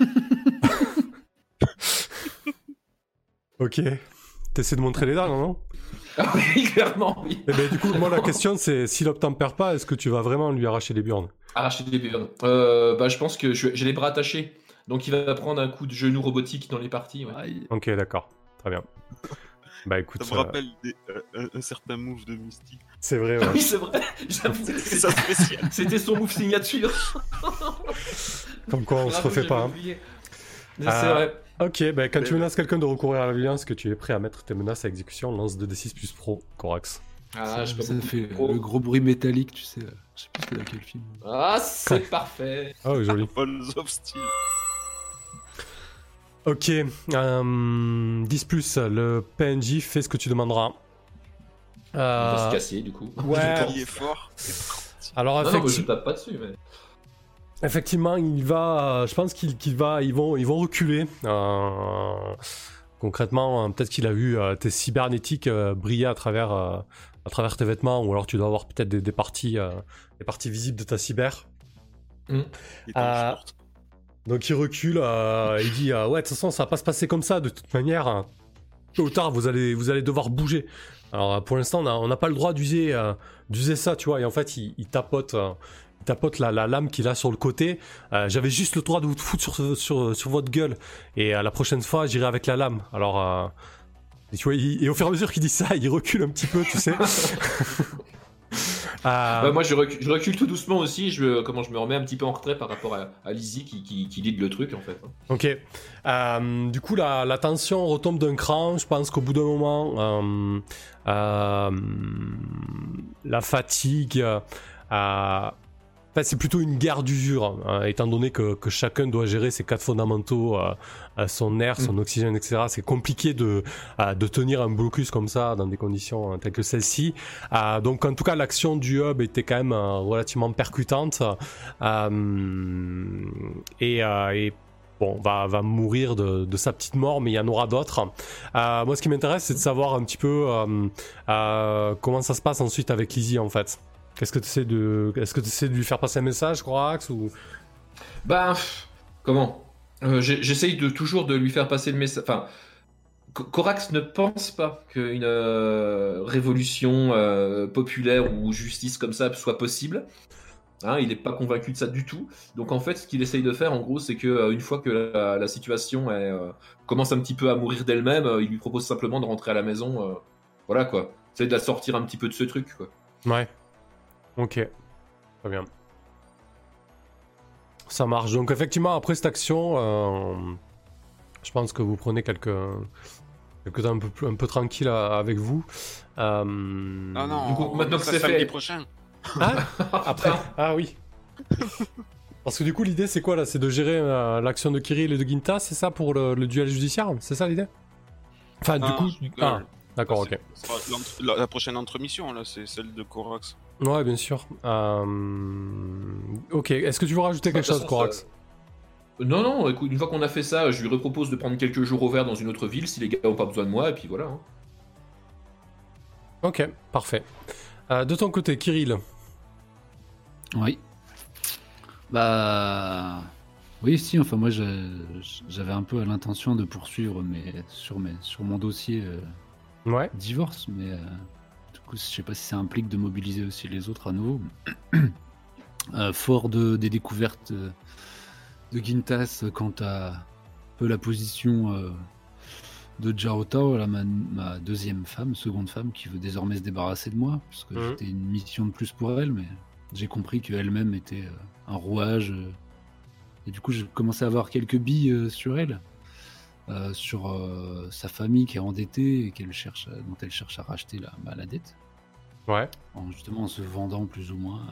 Ok. T'essaies de montrer les dents, non? Ah oui, clairement, oui. Et ben, du coup, moi, la question, c'est s'il obtempère pas, est-ce que tu vas vraiment lui arracher les burnes? Arracher les burnes. Je pense que j'ai les bras attachés. Donc il va prendre un coup de genou robotique dans les parties. Ouais. Ok, d'accord. Très bien. Bah écoute... Ça me rappelle un certain move de Mystique. C'est vrai, ouais. Oui, c'est vrai. J'avoue, C'est ça spécial. C'était son move signature. Comme quoi, on se refait pas. C'est vrai. Ok, quand tu menaces quelqu'un de recourir à la violence, que tu es prêt à mettre tes menaces à exécution, lance 2d6 plus pro, Corax. Ça fait le gros bruit métallique, tu sais. Je sais plus c'était dans quel film. Ah, c'est parfait. Oh, joli. Balls of Steel. Ok, 10 plus, le PNJ fait ce que tu demanderas. Il va se casser, du coup. Ouais. Il est fort. Alors, je tape pas dessus, mais... Effectivement, je pense qu'ils vont reculer. Concrètement, peut-être qu'il a vu tes cybernétiques briller à travers tes vêtements, ou alors tu dois avoir peut-être des parties visibles de ta cyber. Donc il recule, il dit ouais, de toute façon ça va pas se passer comme ça, de toute manière, tôt ou tard vous allez devoir bouger. Alors pour l'instant on n'a pas le droit d'user ça, tu vois, et en fait il tapote la lame qu'il a sur le côté. J'avais juste le droit de vous foutre sur votre gueule. Et la prochaine fois, j'irai avec la lame. Alors, et tu vois, et au fur et à mesure qu'il dit ça, il recule un petit peu, tu sais. Moi, je recule tout doucement aussi. Je me remets un petit peu en retrait par rapport à Lizzie qui lead le truc, en fait. Ok. Du coup, la tension retombe d'un cran. Je pense qu'au bout d'un moment, la fatigue... c'est plutôt une guerre d'usure, étant donné que chacun doit gérer ses 4 fondamentaux, son air, son oxygène, etc. C'est compliqué de tenir un blocus comme ça dans des conditions telles que celle-ci. Donc en tout cas, l'action du hub était quand même relativement percutante. Et bon, va mourir de sa petite mort, mais il y en aura d'autres. Moi, ce qui m'intéresse, c'est de savoir un petit peu comment ça se passe ensuite avec Lizzie, en fait. Est-ce que tu essaies de lui faire passer un message, Corax, ou... Comment j'essaye toujours de lui faire passer le message. Enfin, Corax ne pense pas qu'une révolution populaire ou justice comme ça soit possible. Il n'est pas convaincu de ça du tout. Donc en fait, ce qu'il essaye de faire, en gros, c'est qu'une fois que la situation commence un petit peu à mourir d'elle-même, il lui propose simplement de rentrer à la maison. Voilà quoi. C'est de la sortir un petit peu de ce truc, quoi. Ouais. Ok, très bien. Ça marche. Donc effectivement, après cette action, je pense que vous prenez quelques temps un peu tranquille avec vous. Ah non, du coup, maintenant que c'est samedi fait... prochain. Après. Ah oui. Parce que du coup, l'idée c'est quoi là? C'est de gérer l'action de Kirill et de Ginta, c'est ça, pour le duel judiciaire? C'est ça l'idée? Enfin, du coup... d'accord, ok. La prochaine entremission, là, c'est celle de Corax. Ouais, bien sûr. Ok, est-ce que tu veux rajouter quelque chose, Corax? Non, écoute, une fois qu'on a fait ça, je lui repropose de prendre quelques jours au vert dans une autre ville si les gars n'ont pas besoin de moi, et puis voilà. Ok, parfait. De ton côté, Kirill. Oui. Oui, si, enfin, moi, j'avais un peu l'intention de poursuivre sur mon dossier divorce, mais du coup, je sais pas si ça implique de mobiliser aussi les autres à nouveau. Fort des découvertes de Gintas quant à un peu la position de Jarotao, ma seconde femme, qui veut désormais se débarrasser de moi, parce que c'était une mission de plus pour elle, mais j'ai compris qu'elle-même était un rouage, et du coup, j'ai commencé à avoir quelques billes sur elle. Sur sa famille qui est endettée et dont elle cherche à racheter la dette. Ouais. Justement en se vendant plus ou moins.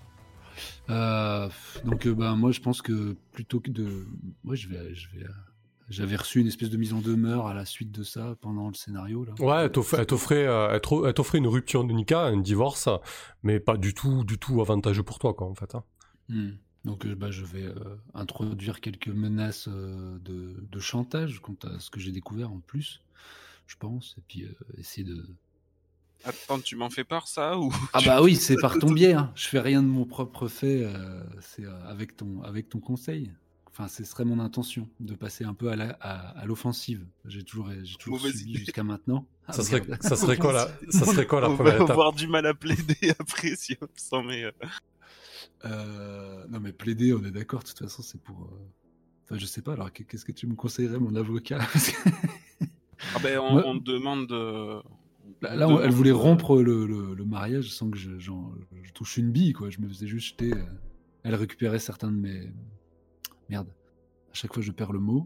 Donc moi je pense que plutôt que de... Moi j'avais reçu une espèce de mise en demeure à la suite de ça pendant le scénario. Là. Ouais, elle t'offrait une rupture de Nika, un divorce, mais pas du tout avantageux pour toi, quoi, en fait. Donc je vais introduire quelques menaces de chantage quant à ce que j'ai découvert en plus, je pense, et puis essayer de... Attends, tu m'en fais part, ça, ou... Oui, c'est par ton biais, hein. Je fais rien de mon propre fait, c'est avec ton conseil. Enfin, ce serait mon intention, de passer un peu à l'offensive. J'ai toujours subi jusqu'à maintenant. Ça serait quoi la première étape? On va avoir du mal à plaider après, si on s'en met... Non mais plaider, on est d'accord, de toute façon c'est pour... Enfin je sais pas, alors qu'est-ce que tu me conseillerais, mon avocat? On demande... Là elle voulait rompre le mariage sans que je touche une bille, quoi. Je me faisais juste jeter... Elle récupérait certains de mes... Merde, à chaque fois je perds le mot.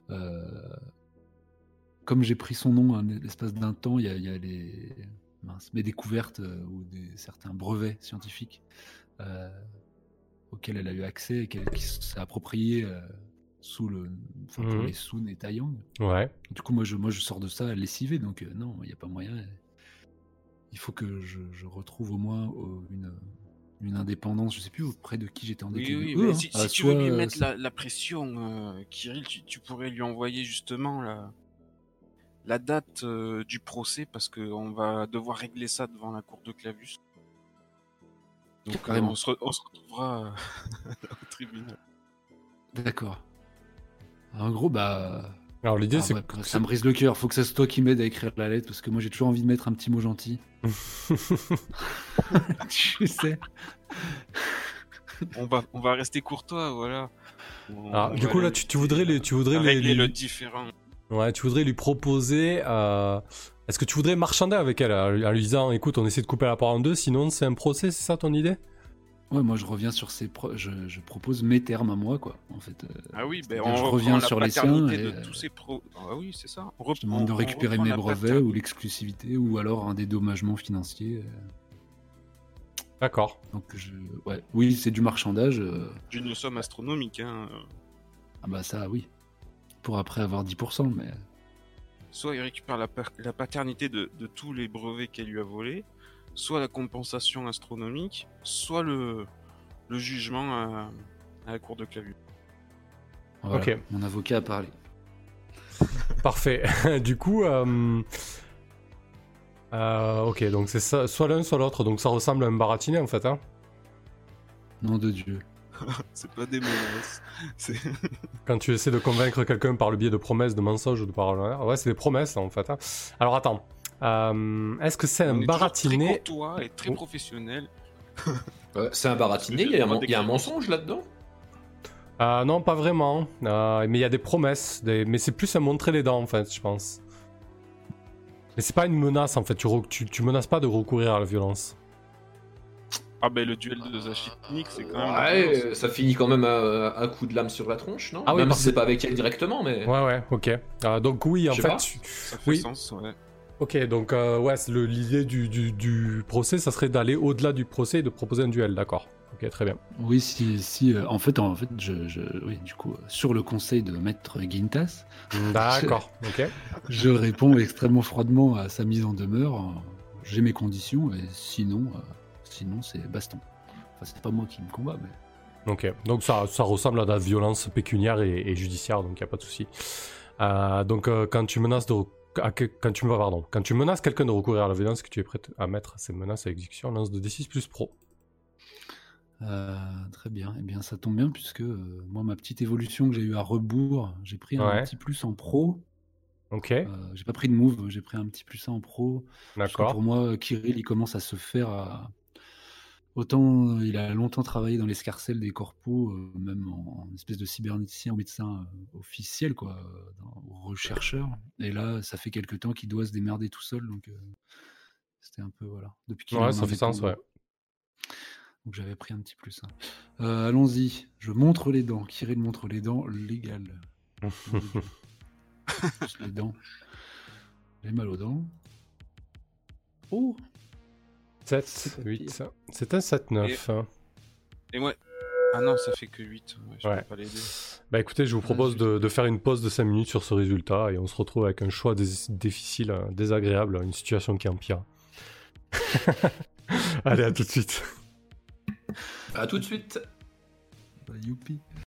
Comme j'ai pris son nom l'espace d'un temps, il y a mes découvertes ou certains brevets scientifiques auxquels elle a eu accès et qui s'est approprié pour les Sun et Taiyang. Ouais. Du coup, moi je sors de ça lessivé, donc non, il n'y a pas moyen. Il faut que je retrouve au moins une indépendance. Je sais plus auprès de qui j'étais endetté. Oui, mais si tu veux lui mettre la pression, Kirill, tu pourrais lui envoyer justement la date du procès, parce qu'on va devoir régler ça devant la cour de Clavus. Donc on se retrouvera au tribunal. D'accord. En gros, alors l'idée c'est que ça me brise le cœur. Faut que ça soit toi qui m'aide à écrire la lettre, parce que moi j'ai toujours envie de mettre un petit mot gentil. Je sais. On va rester courtois, voilà. Alors, du coup là, tu voudrais régler le différent. Ouais, tu voudrais lui proposer Est-ce que tu voudrais marchander avec elle en lui disant, écoute, on essaie de couper la part en deux, sinon c'est un procès, c'est ça ton idée? Ouais, moi je reviens sur je propose mes termes à moi, quoi. En fait, Ah oui, c'est-à-dire on je reprend reviens la sur les siens paternité et de tous ces Ah oui, c'est ça. je demande de on récupérer reprend mes la brevets paternité. ou l'exclusivité ou alors un dédommagement financier. D'accord. Donc oui, c'est du marchandage. D'une somme astronomique, hein. Ah bah ça, oui. Pour après avoir 10%, mais Soit il récupère la paternité de tous les brevets qu'elle lui a volés, soit la compensation astronomique, soit le jugement à la cour de Clavius. voilà, Ok. mon avocat a parlé. Parfait. Du coup, ok, donc c'est ça, soit l'un, soit l'autre, donc ça ressemble à un baratiné en fait, hein. Nom de Dieu. C'est pas des menaces. C'est... Quand tu essaies de convaincre quelqu'un par le biais de promesses, de mensonges ou de paroles en l'air. Ouais, c'est des promesses en fait, hein. Alors attends, est-ce que c'est On un est toujours baratiné? très courtois et très Oh. professionnel. C'est un baratiné, il y a un mensonge là-dedans? Non, pas vraiment. Mais il y a des promesses, mais c'est plus à montrer les dents en fait, je pense. Mais c'est pas une menace en fait, tu menaces pas de recourir à la violence. Ah ben le duel de Zachitnik, c'est quand même... Ouais, ça finit quand même à coup de lame sur la tronche, non? Ah oui, Même parce si c'est que- pas avec elle directement, mais... Ouais, ok. Donc oui, en Je sais fait... pas. Ça fait Oui. sens, ouais. Ok, donc ouais, l'idée du procès, ça serait d'aller au-delà du procès et de proposer un duel, d'accord. Ok, très bien. Oui, si en fait, oui, du coup, sur le conseil de Maître Guintas, D'accord, ok. je réponds extrêmement froidement à sa mise en demeure. J'ai mes conditions et sinon c'est baston. Enfin, c'est pas moi qui me combat, mais Ok, donc ça ressemble à de la violence pécuniaire et judiciaire, donc il n'y a pas de souci. Donc quand tu menaces quand tu menaces quelqu'un de recourir à la violence, que tu es prêt à mettre ces menaces à exécution, lance de D6 plus pro. très bien. Eh bien, ça tombe bien puisque moi, ma petite évolution que j'ai eue à rebours, j'ai pris un Ouais. petit plus en pro. Ok, J'ai pas pris de move, j'ai pris un petit plus en pro. Parce que d'accord. pour moi, Kirill, il commence à se faire. Autant il a longtemps travaillé dans l'escarcelle des corpos, même en espèce de cybernéticien ou médecin officiel, quoi, rechercheur. Et là, ça fait quelque temps qu'il doit se démerder tout seul, donc c'était un peu, voilà. Depuis qu'il est Ouais, en ça fait sens, indépendant. ouais. Donc j'avais pris un petit plus. Allons-y, je montre les dents. Kirill montre les dents légales. Juste les dents. J'ai mal aux dents. Oh, 7, C'est pas 8, c'est un 7-9. hein. Et ouais. Ah non, ça fait que 8. Ouais, je Ouais. peux pas l'aider. Bah écoutez, je vous propose de faire une pause de 5 minutes sur ce résultat et on se retrouve avec un choix difficile, désagréable, une situation qui empire. Allez, à tout de suite. À tout de suite. bah, youpi.